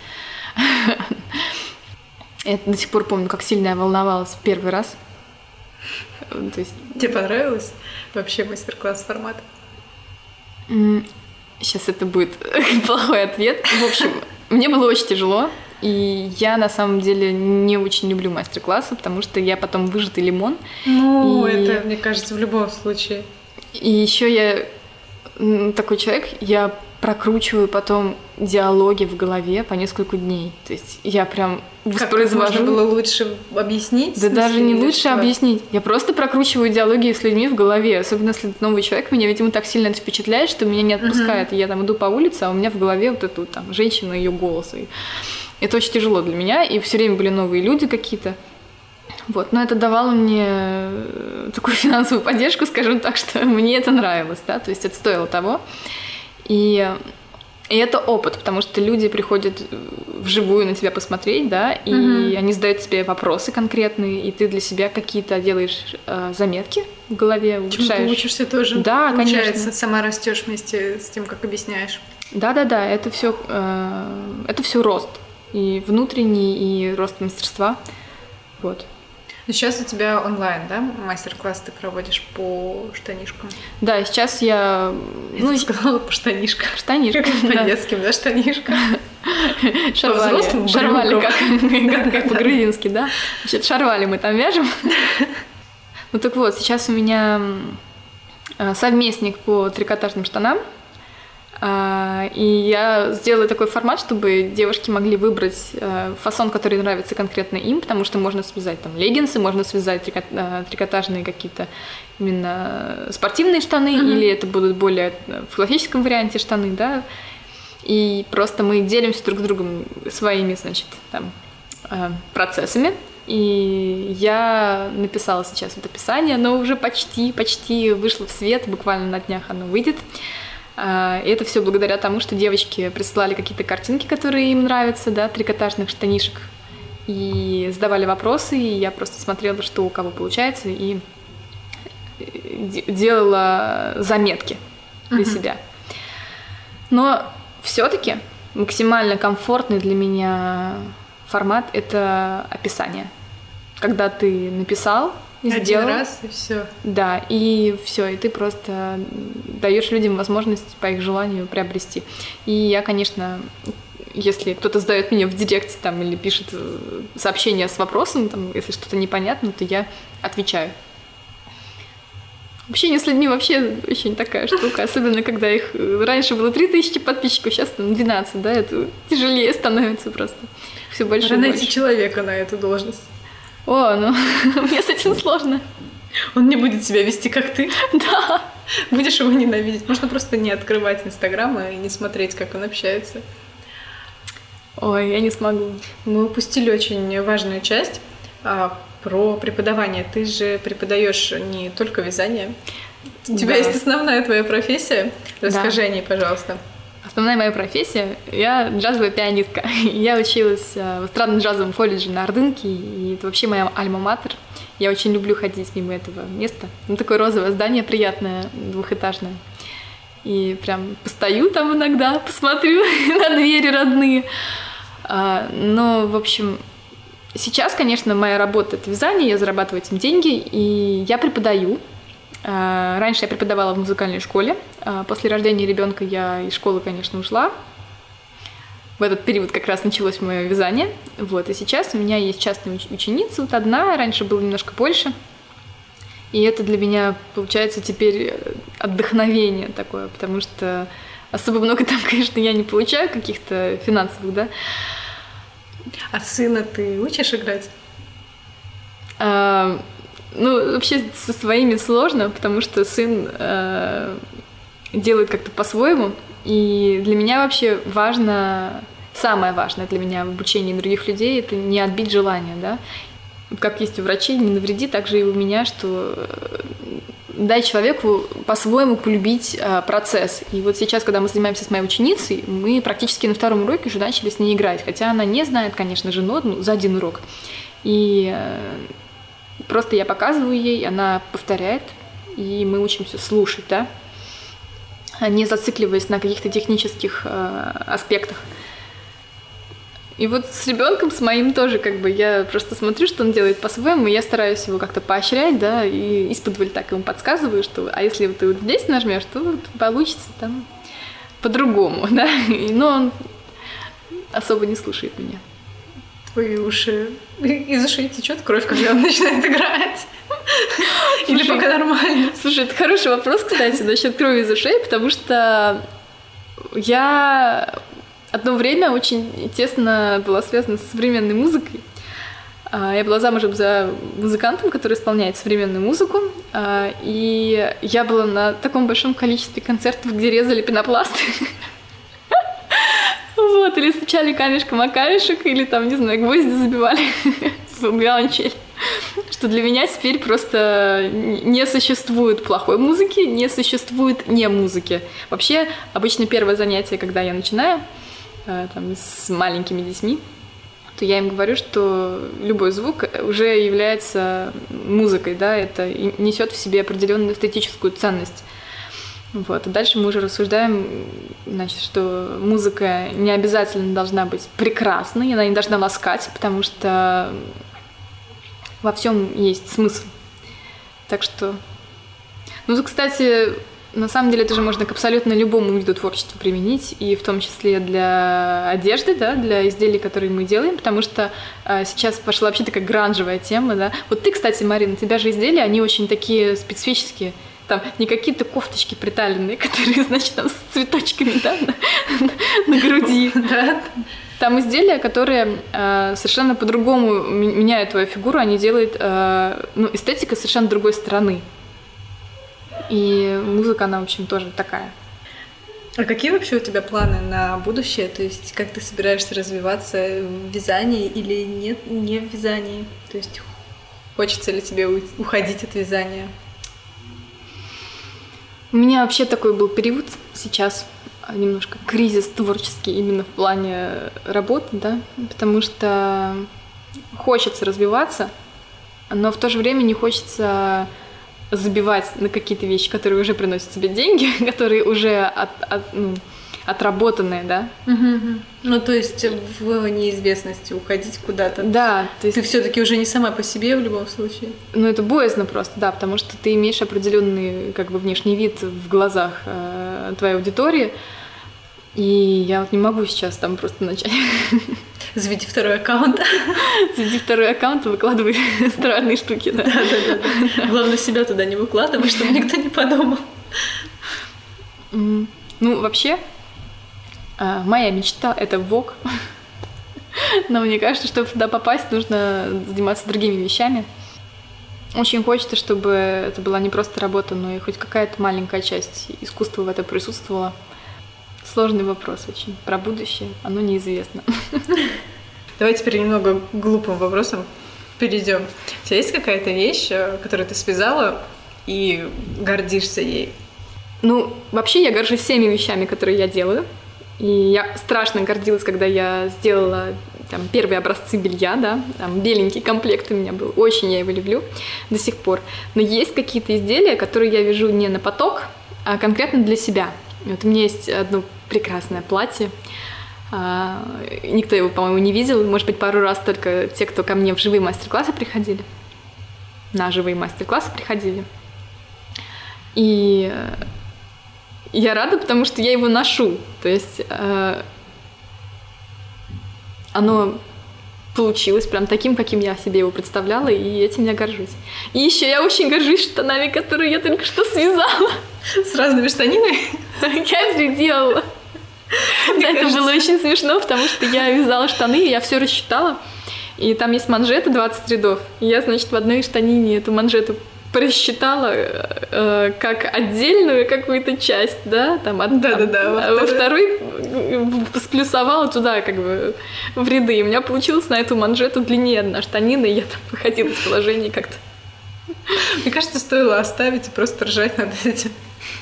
Я до сих пор помню, как сильно я волновалась в первый раз. То есть... Тебе понравилось вообще мастер-класс формат? Сейчас это будет плохой ответ. В общем, мне было очень тяжело. И я, на самом деле, не очень люблю мастер-классы, потому что я потом выжатый лимон. Ну, и... это, мне кажется, в любом случае. И еще я такой человек, я прокручиваю потом диалоги в голове по несколько дней. То есть я прям воспроизвожу. Как можно было лучше объяснить? Да даже не лучше объяснить. Я просто прокручиваю диалоги с людьми в голове. Особенно, если это новый человек. Меня, видимо, так сильно это впечатляет, что меня не отпускает. Uh-huh. И я там иду по улице, а у меня в голове вот эту там женщину, ее голос. И это очень тяжело для меня. И все время были новые люди какие-то. Вот. Но это давало мне такую финансовую поддержку, скажем так, что мне это нравилось. Да? То есть это стоило того. И, и это опыт, потому что люди приходят вживую на тебя посмотреть, да, и uh-huh. они задают тебе вопросы конкретные, и ты для себя какие-то делаешь э, заметки в голове, улучшаешь. Чему ты учишься тоже. Да, получается, конечно. Сама растешь вместе с тем, как объясняешь. Да-да-да, это все, э, это все рост, и внутренний, и рост мастерства, вот. Сейчас у тебя онлайн, да, мастер-класс ты проводишь по штанишкам? Да, сейчас я... Я ну, сказала по штанишкам. Штанишкам, По детским, да, штанишкам? Шарвали. Шарвали, как по-грузински, да? Значит, шарвали мы там вяжем. Ну так вот, сейчас у меня совместник по трикотажным штанам. И я сделала такой формат, чтобы девушки могли выбрать фасон, который нравится конкретно им, потому что можно связать там леггинсы, можно связать трикотажные какие-то именно спортивные штаны, mm-hmm. или это будут более в классическом варианте штаны, да. И просто мы делимся друг с другом своими, значит, там, процессами. И я написала сейчас вот описание, оно уже почти, почти вышло в свет, буквально на днях оно выйдет. И это все благодаря тому, что девочки присылали какие-то картинки, которые им нравятся, да, трикотажных штанишек, и задавали вопросы, и я просто смотрела, что у кого получается, и делала заметки для uh-huh. себя. Но все-таки максимально комфортный для меня формат — это описание. Когда ты написал, один сделал, раз и все. Да, и все, и ты просто даешь людям возможность по их желанию приобрести. И я, конечно, если кто-то задает мне в директе там или пишет сообщение с вопросом, там, если что-то непонятно, то я отвечаю. Общение с людьми вообще очень такая штука, особенно когда их раньше было три тысячи подписчиков, сейчас там двенадцать, да, это тяжелее становится просто. Все больше Надо и найти больше. Человека на эту должность. О, ну, мне с этим сложно. Он не будет себя вести, как ты. Да. Будешь его ненавидеть. Можно просто не открывать Инстаграм и не смотреть, как он общается. Ой, я не смогу. Мы упустили очень важную часть а, про преподавание. Ты же преподаешь не только вязание. У тебя да. есть основная твоя профессия. Расскажи да. о ней, пожалуйста. Основная моя профессия — я джазовая пианистка. Я училась в эстрадно-джазовом колледже на Ордынке, и это вообще моя альма-матер. Я очень люблю ходить мимо этого места. Ну, такое розовое здание приятное, двухэтажное. И прям постою там иногда, посмотрю на двери родные. Но, в общем, сейчас, конечно, моя работа — это вязание, я зарабатываю этим деньги, и я преподаю. Раньше я преподавала в музыкальной школе. После рождения ребенка я из школы, конечно, ушла. В этот период как раз началось мое вязание. Вот. И сейчас у меня есть частная уч- ученица, вот одна, раньше было немножко больше. И это для меня, получается, теперь отдохновение такое, потому что особо много там, конечно, я не получаю каких-то финансовых, да. А сына ты учишь играть? А, ну, вообще со своими сложно, потому что сын а, делает как-то по-своему. И для меня вообще важно, самое важное для меня в обучении других людей — это не отбить желание, да. Как есть у врачей, не навреди, так же и у меня, что дай человеку по-своему полюбить а, процесс. И вот сейчас, когда мы занимаемся с моей ученицей, мы практически на втором уроке уже начали с ней играть, хотя она не знает, конечно же, нот, ну, за один урок. И а, просто я показываю ей, она повторяет, и мы учимся слушать, да, не зацикливаясь на каких-то технических а, аспектах. И вот с ребенком, с моим тоже, как бы, я просто смотрю, что он делает по-своему, и я стараюсь его как-то поощрять, да, и исподволь так ему подсказываю, что, а если ты вот здесь нажмешь, то вот получится там по-другому, да, но он особо не слушает меня. Твои уши, из ушей течет кровь, когда он начинает играть? Или пока нормально? Слушай, это хороший вопрос, кстати, насчет крови из ушей, потому что я одно время очень тесно была связана с современной музыкой. Я была замужем за музыкантом, который исполняет современную музыку, и я была на таком большом количестве концертов, где резали пенопласт. Вот, или стучали камешком о камешек, или там, не знаю, гвозди забивали в виолончель. Что для меня теперь просто не существует плохой музыки, не существует не музыки. Вообще, обычно первое занятие, когда я начинаю там, с маленькими детьми, то я им говорю, что любой звук уже является музыкой, да, это несет в себе определенную эстетическую ценность. Вот. И дальше мы уже рассуждаем, значит, что музыка не обязательно должна быть прекрасной, она не должна ласкать, потому что во всем есть смысл. Так что... Ну, кстати, на самом деле это же можно к абсолютно любому виду творчества применить, и в том числе для одежды, да, для изделий, которые мы делаем, потому что а, сейчас пошла вообще такая гранжевая тема, да. Вот ты, кстати, Марина, у тебя же изделия, они очень такие специфические. Там не какие-то кофточки приталенные, которые, значит, там с цветочками, да, на, на груди. Там изделия, которые э, совершенно по-другому меняют твою фигуру, они делают, э, ну, эстетика совершенно другой стороны. И музыка, она, в общем, тоже такая. А какие вообще у тебя планы на будущее? То есть как ты собираешься развиваться в вязании или нет, не в вязании? То есть хочется ли тебе уходить от вязания? У меня вообще такой был период сейчас, немножко кризис творческий именно в плане работы, да, потому что хочется развиваться, но в то же время не хочется забивать на какие-то вещи, которые уже приносят тебе деньги, которые уже от, от, ну, отработанные, да. Угу. Ну, то есть в неизвестности уходить куда-то. Да. То есть... Ты все-таки уже не сама по себе в любом случае. Ну, это боязно просто, да, потому что ты имеешь определенный, как бы, внешний вид в глазах э, твоей аудитории, и я вот не могу сейчас там просто начать. Заведи второй аккаунт. Заведи второй аккаунт и выкладывай странные штуки, да. Да-да-да. Главное, себя туда не выкладывай, чтобы никто не подумал. Ну, вообще, моя мечта — это Vogue. Но мне кажется, чтобы туда попасть, нужно заниматься другими вещами. Очень хочется, чтобы это была не просто работа, но и хоть какая-то маленькая часть искусства в этом присутствовала. Сложный вопрос очень. Про будущее оно неизвестно. Давай теперь немного к глупым вопросам перейдем. У тебя есть какая-то вещь, которую ты связала и гордишься ей? Ну, вообще я горжусь всеми вещами, которые я делаю. И я страшно гордилась, когда я сделала там первые образцы белья, да, там беленький комплект у меня был, очень я его люблю до сих пор. Но есть какие-то изделия, которые я вяжу не на поток, а конкретно для себя. Вот у меня есть одно прекрасное платье, а, никто его, по-моему, не видел, может быть, пару раз только те, кто ко мне в живые мастер-классы приходили, на живые мастер-классы приходили. И я рада, потому что я его ношу, то есть э, оно получилось прям таким, каким я себе его представляла, и этим я горжусь. И еще я очень горжусь штанами, которые я только что связала. С разными штанинами? Я переделала. Это было очень смешно, потому что я вязала штаны, я все рассчитала, и там есть манжеты двадцать рядов. И я, значит, в одной штанине эту манжету просчитала э, как отдельную какую-то часть, да, там, от, да, да, да, а во второй сплюсовала туда, как бы, в ряды. И у меня получилось на эту манжету длиннее одна штанина, и я там выходила из положения как-то. Мне кажется, стоило оставить и просто ржать над этим.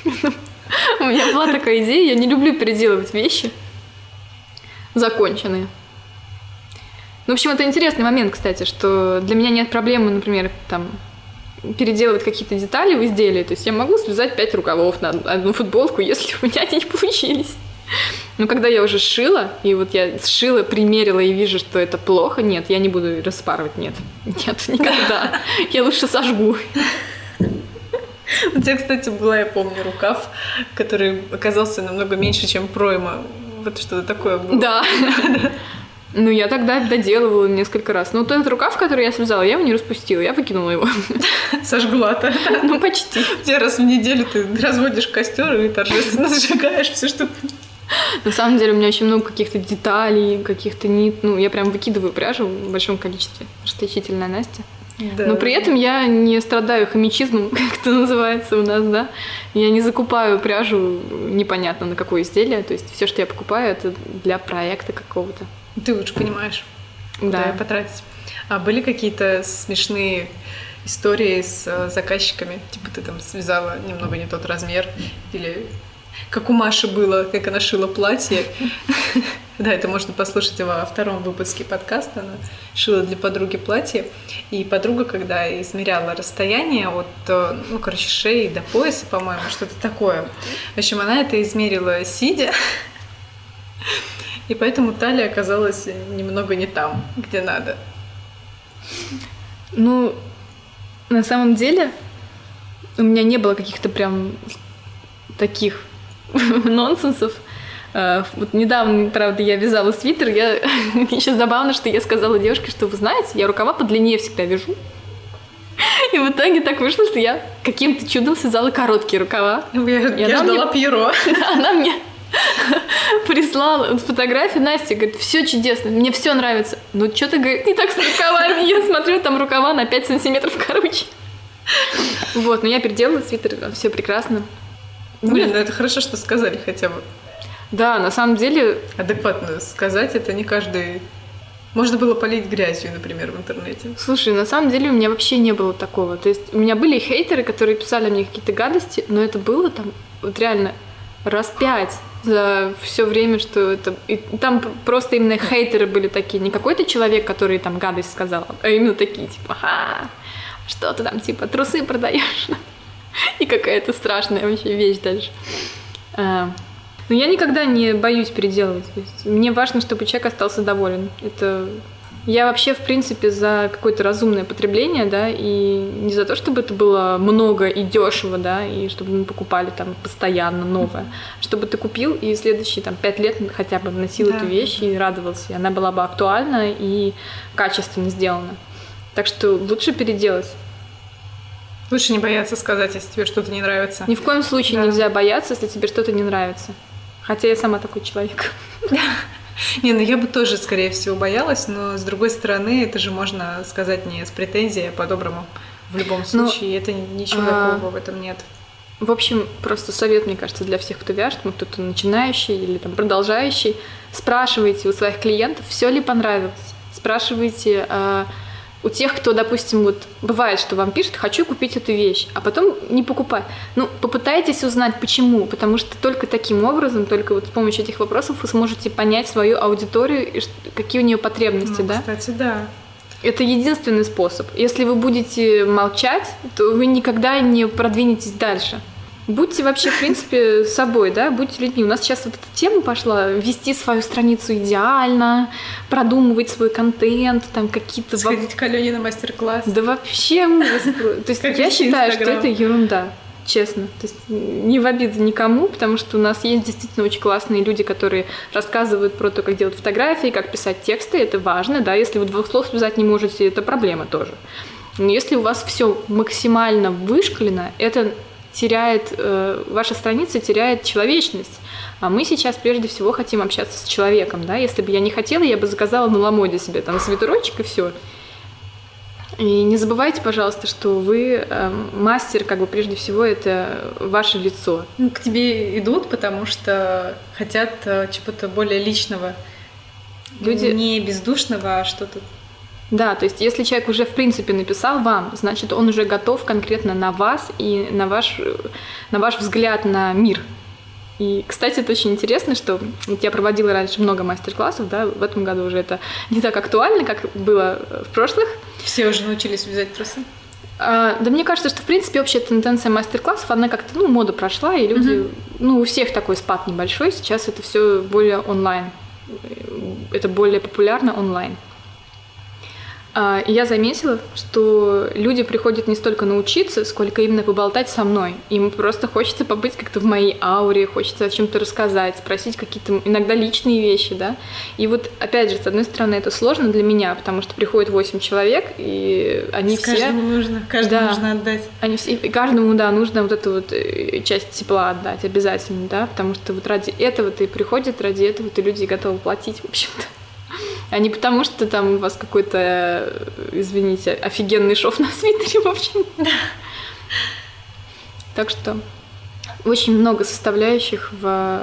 У меня была такая идея, я не люблю переделывать вещи законченные. Ну, в общем, это интересный момент, кстати, что для меня нет проблемы, например, там, переделывать какие-то детали в изделии. То есть я могу связать пять рукавов на одну футболку, если у меня они не получились. Но когда я уже сшила, и вот я сшила, примерила и вижу, что это плохо, нет, я не буду распарывать, нет. Нет, никогда. Я лучше сожгу. У тебя, кстати, была, я помню, рукав, который оказался намного меньше, чем пройма. Вот что-то такое было. Да. Ну, я тогда доделывала несколько раз. Но вот этот рукав, который я связала, я его не распустила, я выкинула его. Сожгла-то. Ну, почти. Тебе раз в неделю ты разводишь костер и торжественно сжигаешь все, что... На самом деле у меня очень много каких-то деталей, каких-то нит. Ну, я прям выкидываю пряжу в большом количестве. Расточительная Настя. Да. Но при этом я не страдаю хомячизмом, как это называется у нас, да. Я не закупаю пряжу непонятно на какое изделие. То есть все, что я покупаю, это для проекта какого-то. Ты лучше понимаешь, куда да. потратить. А были какие-то смешные истории с заказчиками? Типа ты там связала немного не тот размер, или как у Маши было, как она шила платье. Да, это можно послушать во втором выпуске подкаста. Она шила для подруги платье. И подруга, когда измеряла расстояние от, ну, короче, шеи до пояса, по-моему, что-то такое. В общем, она это измерила сидя. И поэтому талия оказалась немного не там, где надо. Ну, на самом деле, у меня не было каких-то прям таких нонсенсов. Вот недавно, правда, я вязала свитер. Я... Еще забавно, что я сказала девушке, что, вы знаете, я рукава подлиннее всегда вяжу. И в итоге так вышло, что я каким-то чудом связала короткие рукава. Я, я ждала мне... Пьеро. Да, она мне... прислала фотографию, Настя говорит, все чудесно, мне все нравится. Ну, что-то, говорит, не так с рукавами. Я смотрю, там рукава на пять сантиметров короче. Вот, но я переделала свитер, все прекрасно. Блин, ну это хорошо, что сказали хотя бы. Да, на самом деле... Адекватно сказать, это не каждый... Можно было полить грязью, например, в интернете. Слушай, на самом деле у меня вообще не было такого. То есть у меня были хейтеры, которые писали мне какие-то гадости, но это было там вот реально раз пять за все время, что это... И там просто именно хейтеры были такие. Не какой-то человек, который там гадость сказал, а именно такие, типа, ха, что ты там, типа, трусы продаешь? И какая-то страшная вообще вещь дальше. А, но я никогда не боюсь переделывать. То есть мне важно, чтобы человек остался доволен. Это... Я вообще, в принципе, за какое-то разумное потребление, да, и не за то, чтобы это было много и дешево, да, и чтобы мы покупали там постоянно новое. Чтобы ты купил и следующие там пять лет хотя бы носил да, эту вещь да. и радовался. И она была бы актуальна и качественно сделана. Так что лучше переделать. Лучше не бояться сказать, если тебе что-то не нравится. Ни в коем случае да. нельзя бояться, если тебе что-то не нравится. Хотя я сама такой человек. Не, ну я бы тоже, скорее всего, боялась, но с другой стороны, это же можно сказать не с претензией, а по-доброму. В любом случае, ну, это ничего а... такого в этом нет. В общем, просто совет, мне кажется, для всех, кто вяжет, ну, кто-то начинающий или там продолжающий, спрашивайте у своих клиентов, все ли понравилось. Спрашивайте, а, У тех, кто, допустим, вот бывает, что вам пишет, хочу купить эту вещь, а потом не покупать. Ну, попытайтесь узнать, почему, потому что только таким образом, только вот с помощью этих вопросов вы сможете понять свою аудиторию и какие у нее потребности, ну, да? Кстати, да. Это единственный способ. Если вы будете молчать, то вы никогда не продвинетесь дальше. Будьте вообще, в принципе, собой, да, будьте людьми. У нас сейчас вот эта тема пошла, вести свою страницу идеально, продумывать свой контент, там какие-то... Сходить к Алене на мастер-класс. Да вообще, то есть я считаю, что это ерунда, честно. То есть не в обиду никому, потому что у нас есть действительно очень классные люди, которые рассказывают про то, как делать фотографии, как писать тексты, это важно, да, если вы двух слов связать не можете, это проблема тоже. Но если у вас все максимально вышкалено, это... теряет, э, ваша страница теряет человечность. А мы сейчас прежде всего хотим общаться с человеком, да. Если бы я не хотела, я бы заказала на Ламоде себе там свитерочек и все. И не забывайте, пожалуйста, что вы э, мастер, как бы прежде всего это ваше лицо. Ну, к тебе идут, потому что хотят э, чего-то более личного, люди не бездушного, а что-то. Да, то есть если человек уже в принципе написал вам, значит, он уже готов конкретно на вас и на ваш, на ваш взгляд на мир. И, кстати, это очень интересно, что вот я проводила раньше много мастер-классов, да, в этом году уже это не так актуально, как было в прошлых. Все уже научились вязать трусы? А, да мне кажется, что, в принципе, общая тенденция мастер-классов, она как-то, ну, мода прошла, и люди, uh-huh. ну, у всех такой спад небольшой, сейчас это все более онлайн, это более популярно онлайн. И я заметила, что люди приходят не столько научиться, сколько именно поболтать со мной. Им просто хочется побыть как-то в моей ауре, хочется о чем-то рассказать, спросить какие-то иногда личные вещи, да. И вот, опять же, с одной стороны, это сложно для меня, потому что приходит восемь человек, и они с все... Каждому нужно, каждому да, нужно отдать. Они все, и каждому, да, нужно вот эту вот часть тепла отдать обязательно, да, потому что вот ради этого-то и приходят, ради этого-то люди готовы платить, в общем-то. А не потому, что там у вас какой-то, извините, офигенный шов на свитере, в общем. Так что очень много составляющих в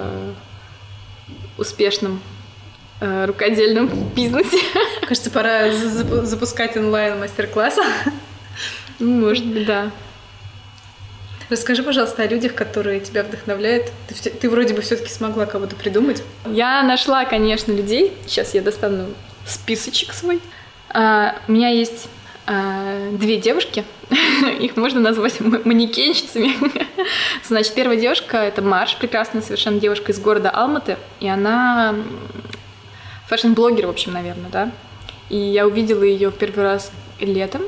успешном э, рукодельном бизнесе. Кажется, пора запускать онлайн мастер-классы. Может быть, да. Расскажи, пожалуйста, о людях, которые тебя вдохновляют. Ты, ты вроде бы все-таки смогла кого-то придумать. Я нашла, конечно, людей. Сейчас я достану списочек свой. А, у меня есть а, две девушки. Их можно назвать манекенщицами. Значит, первая девушка — это Маш, прекрасная совершенно девушка из города Алматы. И она фэшн-блогер, в общем, наверное, да. И я увидела ее в первый раз летом.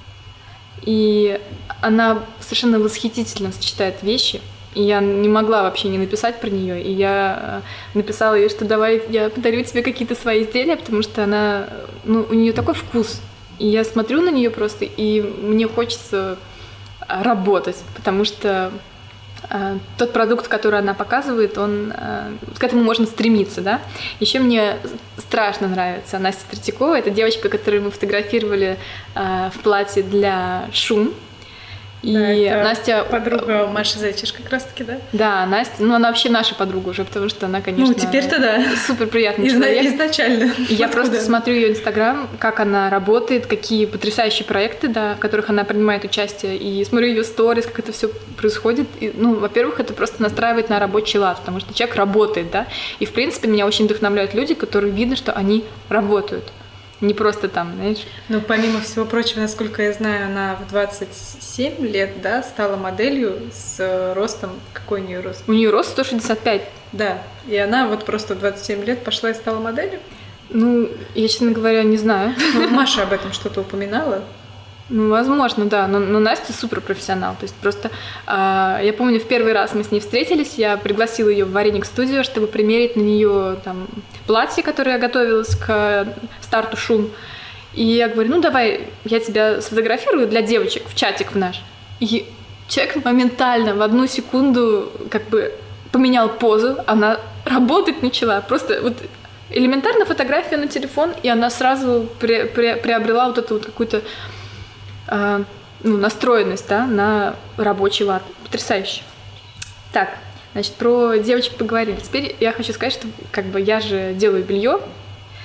И она совершенно восхитительно сочетает вещи. И я не могла вообще не написать про нее. И я написала ей, что давай я подарю тебе какие-то свои изделия, потому что она, ну, у нее такой вкус. И я смотрю на нее просто, и мне хочется работать, потому что э, тот продукт, который она показывает, он э, к этому можно стремиться, да. Еще мне страшно нравится Настя Третьякова. Это девочка, которую мы фотографировали э, в платье для Шум. И да, Настя... подруга Маши Зайчиш как раз-таки, да? Да, Настя, ну она вообще наша подруга уже, потому что она, конечно, ну, теперь-то да. супер приятный Изна- человек. Изначально. И я просто смотрю ее Инстаграм, как она работает, какие потрясающие проекты, да, в которых она принимает участие, и смотрю ее сторис, как это все происходит. И, ну, во-первых, это просто настраивает на рабочий лад, потому что человек работает, да, и, в принципе, меня очень вдохновляют люди, которые видно, что они работают. Не просто там, знаешь. Ну, помимо всего прочего, насколько я знаю, она в двадцать семь лет, да, стала моделью с ростом... Какой у нее рост? У нее рост сто шестьдесят пять. Да, и она вот просто в двадцать семь лет пошла и стала моделью? Ну, я, честно говоря, не знаю. Ну, Маша об этом что-то упоминала. Ну, возможно, да, но, но Настя суперпрофессионал. То есть просто, э, я помню, в первый раз мы с ней встретились, я пригласила ее в Вареник студию, чтобы примерить на нее там платье, которое я готовилась к старту Шум. И я говорю, ну давай, я тебя сфотографирую для девочек в чатик в наш. И человек моментально в одну секунду как бы поменял позу, она работать начала, просто вот элементарно фотография на телефон, и она сразу при, при, приобрела вот эту вот какую-то Uh, ну, настроенность, да, на рабочий лад. Потрясающе. Так, значит, про девочек поговорили. Теперь я хочу сказать, что как бы я же делаю белье,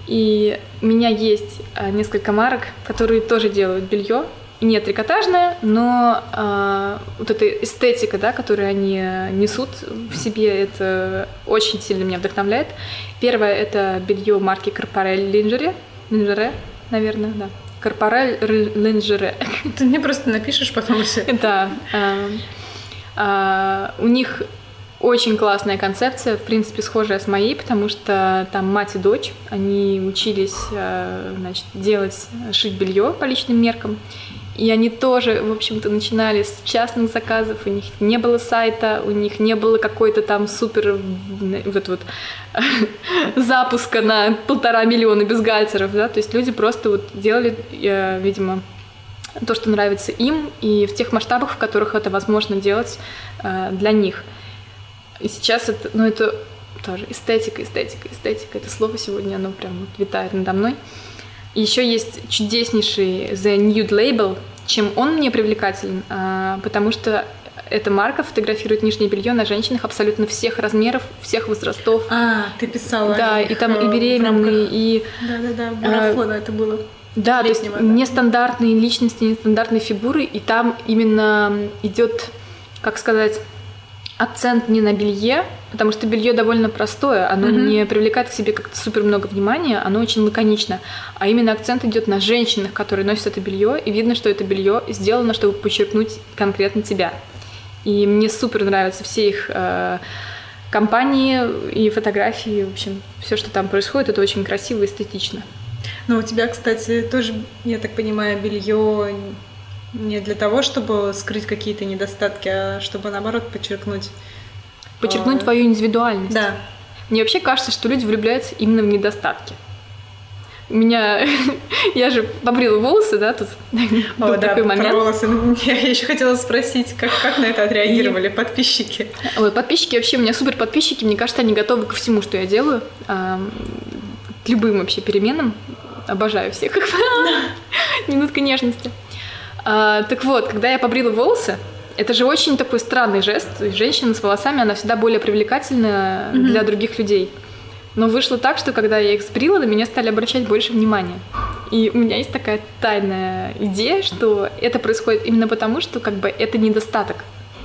И у меня есть несколько марок, которые тоже делают белье. Не трикотажное, но э, вот эта эстетика, да, которую они несут в себе, это очень сильно меня вдохновляет. Первое — это белье марки Corporel Lingerie, Lingerie, наверное, да. Corporel Lingerie. Ты мне просто напишешь потом все. Да. У них очень классная концепция, в принципе, схожая с моей, потому что там мать и дочь, они учились, значит, делать, шить белье по личным меркам. И они тоже, в общем-то, начинали с частных заказов, у них не было сайта, у них не было какой-то там супер вот, вот, запуска на полтора миллиона бюстгальтеров, да, то есть люди просто вот делали, видимо, то, что нравится им, и в тех масштабах, в которых это возможно делать для них. И сейчас это, ну, это тоже эстетика, эстетика, эстетика, это слово сегодня, оно прям вот витает надо мной. И еще есть чудеснейший The Nude Label. Чем он мне привлекателен? А, потому что эта марка фотографирует нижнее белье на женщинах абсолютно всех размеров, всех возрастов. А, ты писала. Да, и там и беременные, и... Да-да-да, марафона а, это было. Да, то есть да. Нестандартные личности, нестандартные фигуры, и там именно идет, как сказать, акцент не на белье, потому что белье довольно простое, оно mm-hmm. не привлекает к себе как-то супер много внимания, оно очень лаконично, а именно акцент идет на женщинах, которые носят это белье, и видно, что это белье сделано, чтобы подчеркнуть конкретно тебя. И мне супер нравятся все их э, компании и фотографии, в общем, все, что там происходит, это очень красиво и эстетично. Ну, у тебя, кстати, тоже, я так понимаю, белье не для того, чтобы скрыть какие-то недостатки, а чтобы, наоборот, подчеркнуть... Подчеркнуть а... твою индивидуальность. Да. Мне вообще кажется, что люди влюбляются именно в недостатки. У меня... Я же побрила волосы, да, тут был О, такой да, момент. Про волосы. Я еще хотела спросить, как, как на это отреагировали И... подписчики? Ой, подписчики вообще, у меня супер подписчики, мне кажется, они готовы ко всему, что я делаю, а, к любым вообще переменам. Обожаю всех. Минутка нежности. А, так вот, когда я побрила волосы, это же очень такой странный жест. Женщина с волосами, она всегда более привлекательна mm-hmm. для других людей. Но вышло так, что когда я их сбрила, на меня стали обращать больше внимания. И у меня есть такая тайная идея, что это происходит именно потому, что как бы это недостаток.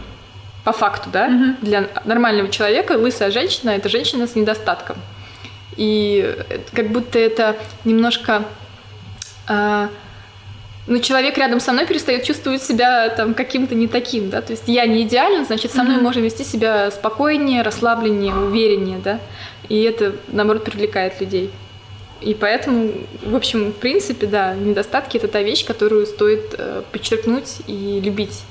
По факту, да? Mm-hmm. Для нормального человека лысая женщина — это женщина с недостатком. И как будто это немножко... А, ну, человек рядом со мной перестает чувствовать себя там каким-то не таким, да, то есть я не идеальна, значит, со мной mm-hmm. можно вести себя спокойнее, расслабленнее, увереннее, да, и это, наоборот, привлекает людей. И поэтому, в общем, в принципе, да, недостатки — это та вещь, которую стоит э, подчеркнуть и любить.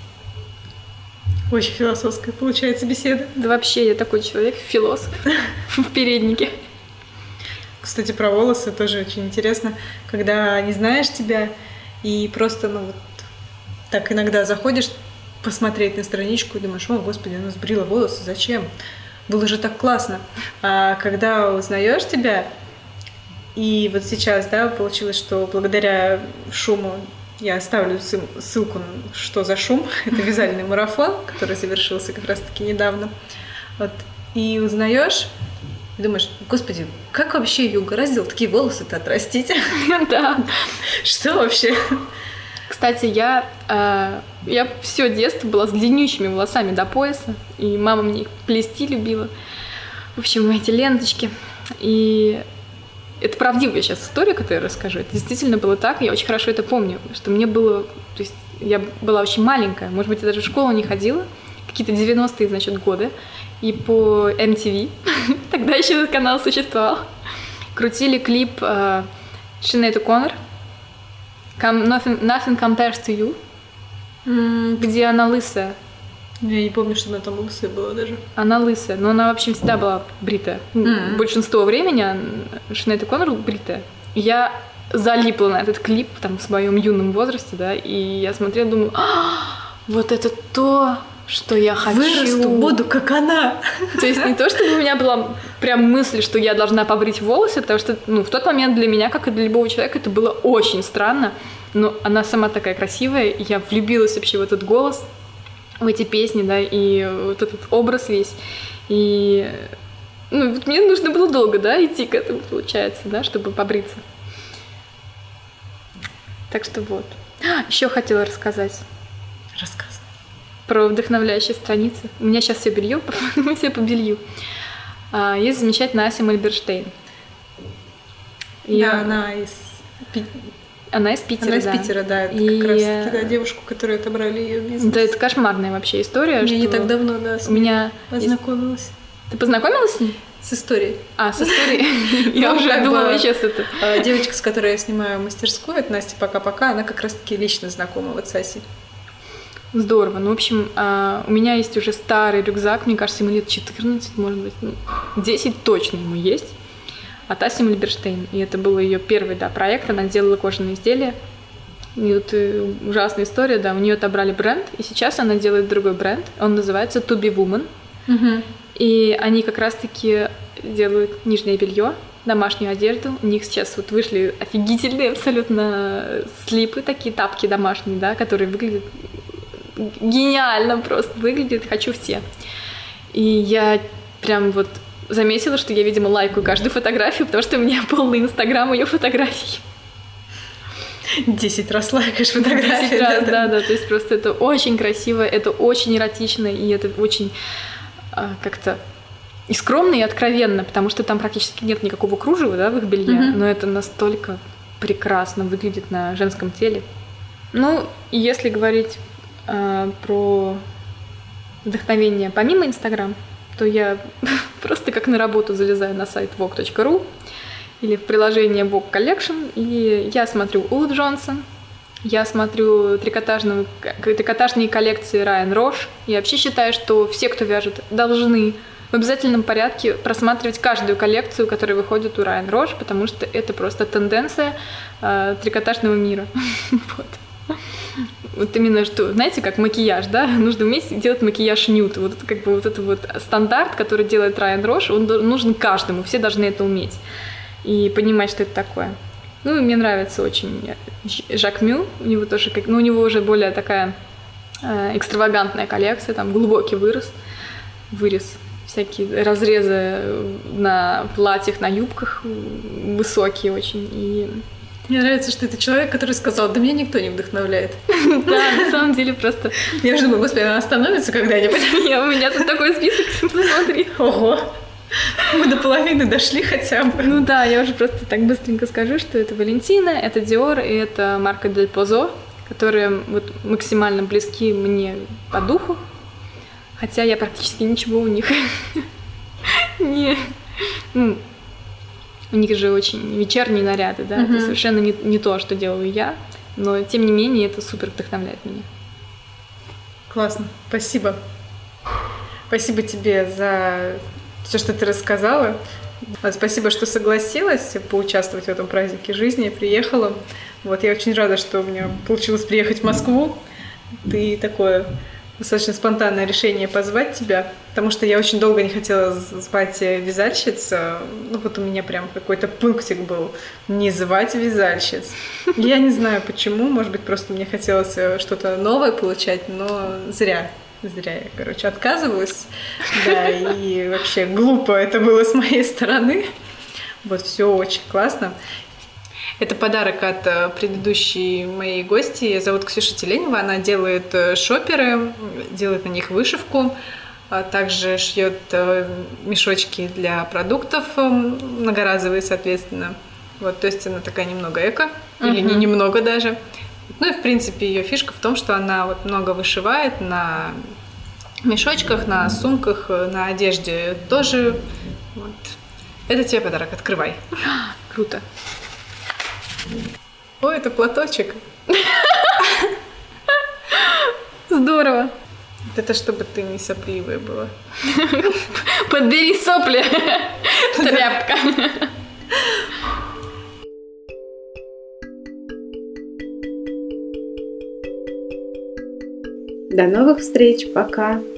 Очень философская получается беседа. Да вообще, я такой человек, философ в переднике. Кстати, про волосы тоже очень интересно, когда не знаешь тебя, и просто, ну вот, так иногда заходишь посмотреть на страничку и думаешь: о, господи, она сбрила волосы, зачем? Было же так классно. А когда узнаешь тебя, и вот сейчас, да, получилось, что благодаря шуму я оставлю ссылку, что за шум, это вязальный марафон, который завершился как раз-таки недавно, вот, и узнаешь, и думаешь: господи, как вообще ее угораздило такие волосы-то отрастить? Да. Что вообще? Кстати, я, э, я все детство была с длиннющими волосами до пояса, и мама мне их плести любила. В общем, эти ленточки. И это правдивая сейчас история, которую я расскажу. Это действительно было так, я очень хорошо это помню, что мне было... То есть я была очень маленькая, может быть, я даже в школу не ходила, какие-то девяностые, значит, годы. И по эм ти ви, тогда еще этот канал существовал, крутили клип э, Sinéad O'Connor nothing, nothing Compares to You, mm. где она лысая. Я не помню, что она там лысая была даже. Она лысая, но она вообще всегда была бритая. Mm. Большинство времени Sinéad O'Connor бритая. Я залипла на этот клип там, в своем юном возрасте, да, и я смотрела, думаю: вот это то... что я хочу. Вырасту, буду как она. То есть не то, чтобы у меня была прям мысль, что я должна побрить волосы, потому что, ну, в тот момент для меня, как и для любого человека, это было очень странно. Но она сама такая красивая, и я влюбилась вообще в этот голос, в эти песни, да, и вот этот образ весь. И Ну, вот мне нужно было долго, да, идти к этому, получается, да, чтобы побриться. Так что вот. Еще хотела рассказать. Рассказывай. Про вдохновляющие страницы. У меня сейчас все белье, мы все по белью. А, есть замечательная Ася Мальберштейн. Да, она из... Она из Питера, Она из да. Питера, да. Это И... как раз-таки, да, девушку, которую отобрали ее бизнес. Да, это кошмарная вообще история. Я что... не так давно, да, с У меня познакомилась. Есть... Ты познакомилась с ней? С историей. А, с историей. Я уже думала, сейчас это. Девочка, с которой я снимаю мастерскую, это Настя Пока-Пока, она как раз-таки лично знакома вот с Асей. Здорово. Ну, в общем, у меня есть уже старый рюкзак, мне кажется, ему лет четырнадцать, может быть, десять точно ему есть, от Аси Мальберштейн. И это был ее первый, да, проект, она делала кожаные изделия. И вот ужасная история, да, у нее отобрали бренд, и сейчас она делает другой бренд, он называется To Be Woman. Угу. И они как раз-таки делают нижнее белье, домашнюю одежду. У них сейчас вот вышли офигительные абсолютно слипы, такие тапки домашние, да, которые выглядят гениально просто, выглядят, хочу все. И я прям вот заметила, что я, видимо, лайкаю каждую фотографию, потому что у меня полный инстаграм ее фотографий. Десять раз лайкаешь фотографии. Десять раз, да, да, то есть просто это очень красиво, это очень эротично, и это очень а, как-то и скромно, и откровенно, потому что там практически нет никакого кружева, да, в их белье, mm-hmm. но это настолько прекрасно выглядит на женском теле. Ну, и если говорить а, про вдохновение помимо Инстаграм, то я просто как на работу залезаю на сайт vogue точка ру или в приложение Vogue Collection, и я смотрю Улу Джонсон, я смотрю трикотажные, трикотажные коллекции Райан Рош. Я вообще считаю, что все, кто вяжет, должны в обязательном порядке просматривать каждую коллекцию, которая выходит у Райан Рош, потому что это просто тенденция э, трикотажного мира. Вот. Вот именно что, знаете, как макияж, да? Нужно уметь делать макияж нюд. Вот это как бы вот это вот стандарт, который делает Райан Рош, он нужен каждому, все должны это уметь и понимать, что это такое. Ну, и мне нравится очень Жак Мю, у него тоже, как, ну, у него уже более такая э, экстравагантная коллекция, там глубокий вырос, вырез, всякие разрезы на платьях, на юбках высокие очень. И... Мне нравится, что это человек, который сказал, да меня никто не вдохновляет. Да, на самом деле просто... Я же думаю, господи, она остановится когда-нибудь. У меня тут такой список, посмотри. Ого! Мы до половины дошли хотя бы. Ну да, я уже просто так быстренько скажу, что это Валентина, это Dior и это марка Дель Позо, которые вот максимально близки мне по духу, хотя я практически ничего у них не... Ну, у них же очень вечерние наряды, да, это совершенно не, не то, что делаю я, но тем не менее это супер вдохновляет меня. Классно, спасибо. Спасибо тебе за... все, что ты рассказала. Спасибо, что согласилась поучаствовать в этом празднике жизни, приехала. Вот, я очень рада, что у меня получилось приехать в Москву. Ты такое достаточно спонтанное решение позвать тебя, потому что я очень долго не хотела звать вязальщиц. Ну, вот у меня прям какой-то пунктик был не звать вязальщиц. Я не знаю почему, может быть, просто мне хотелось что-то новое получать, но зря. Зря я, короче, отказывалась. Да, и вообще глупо это было с моей стороны. Вот, все очень классно. Это подарок от предыдущей моей гости. Ее зовут Ксюша Теленева. Она делает шоперы, делает на них вышивку, а также шьет мешочки для продуктов, многоразовые, соответственно. Вот, то есть она такая немного эко, uh-huh. или не немного даже. Ну и, в принципе, ее фишка в том, что она вот много вышивает на мешочках, на сумках, на одежде тоже. Вот. Это тебе подарок, открывай. Круто. О, это платочек. Здорово. Это чтобы ты не сопливая была. Подбери сопли, тряпка. До новых встреч, пока!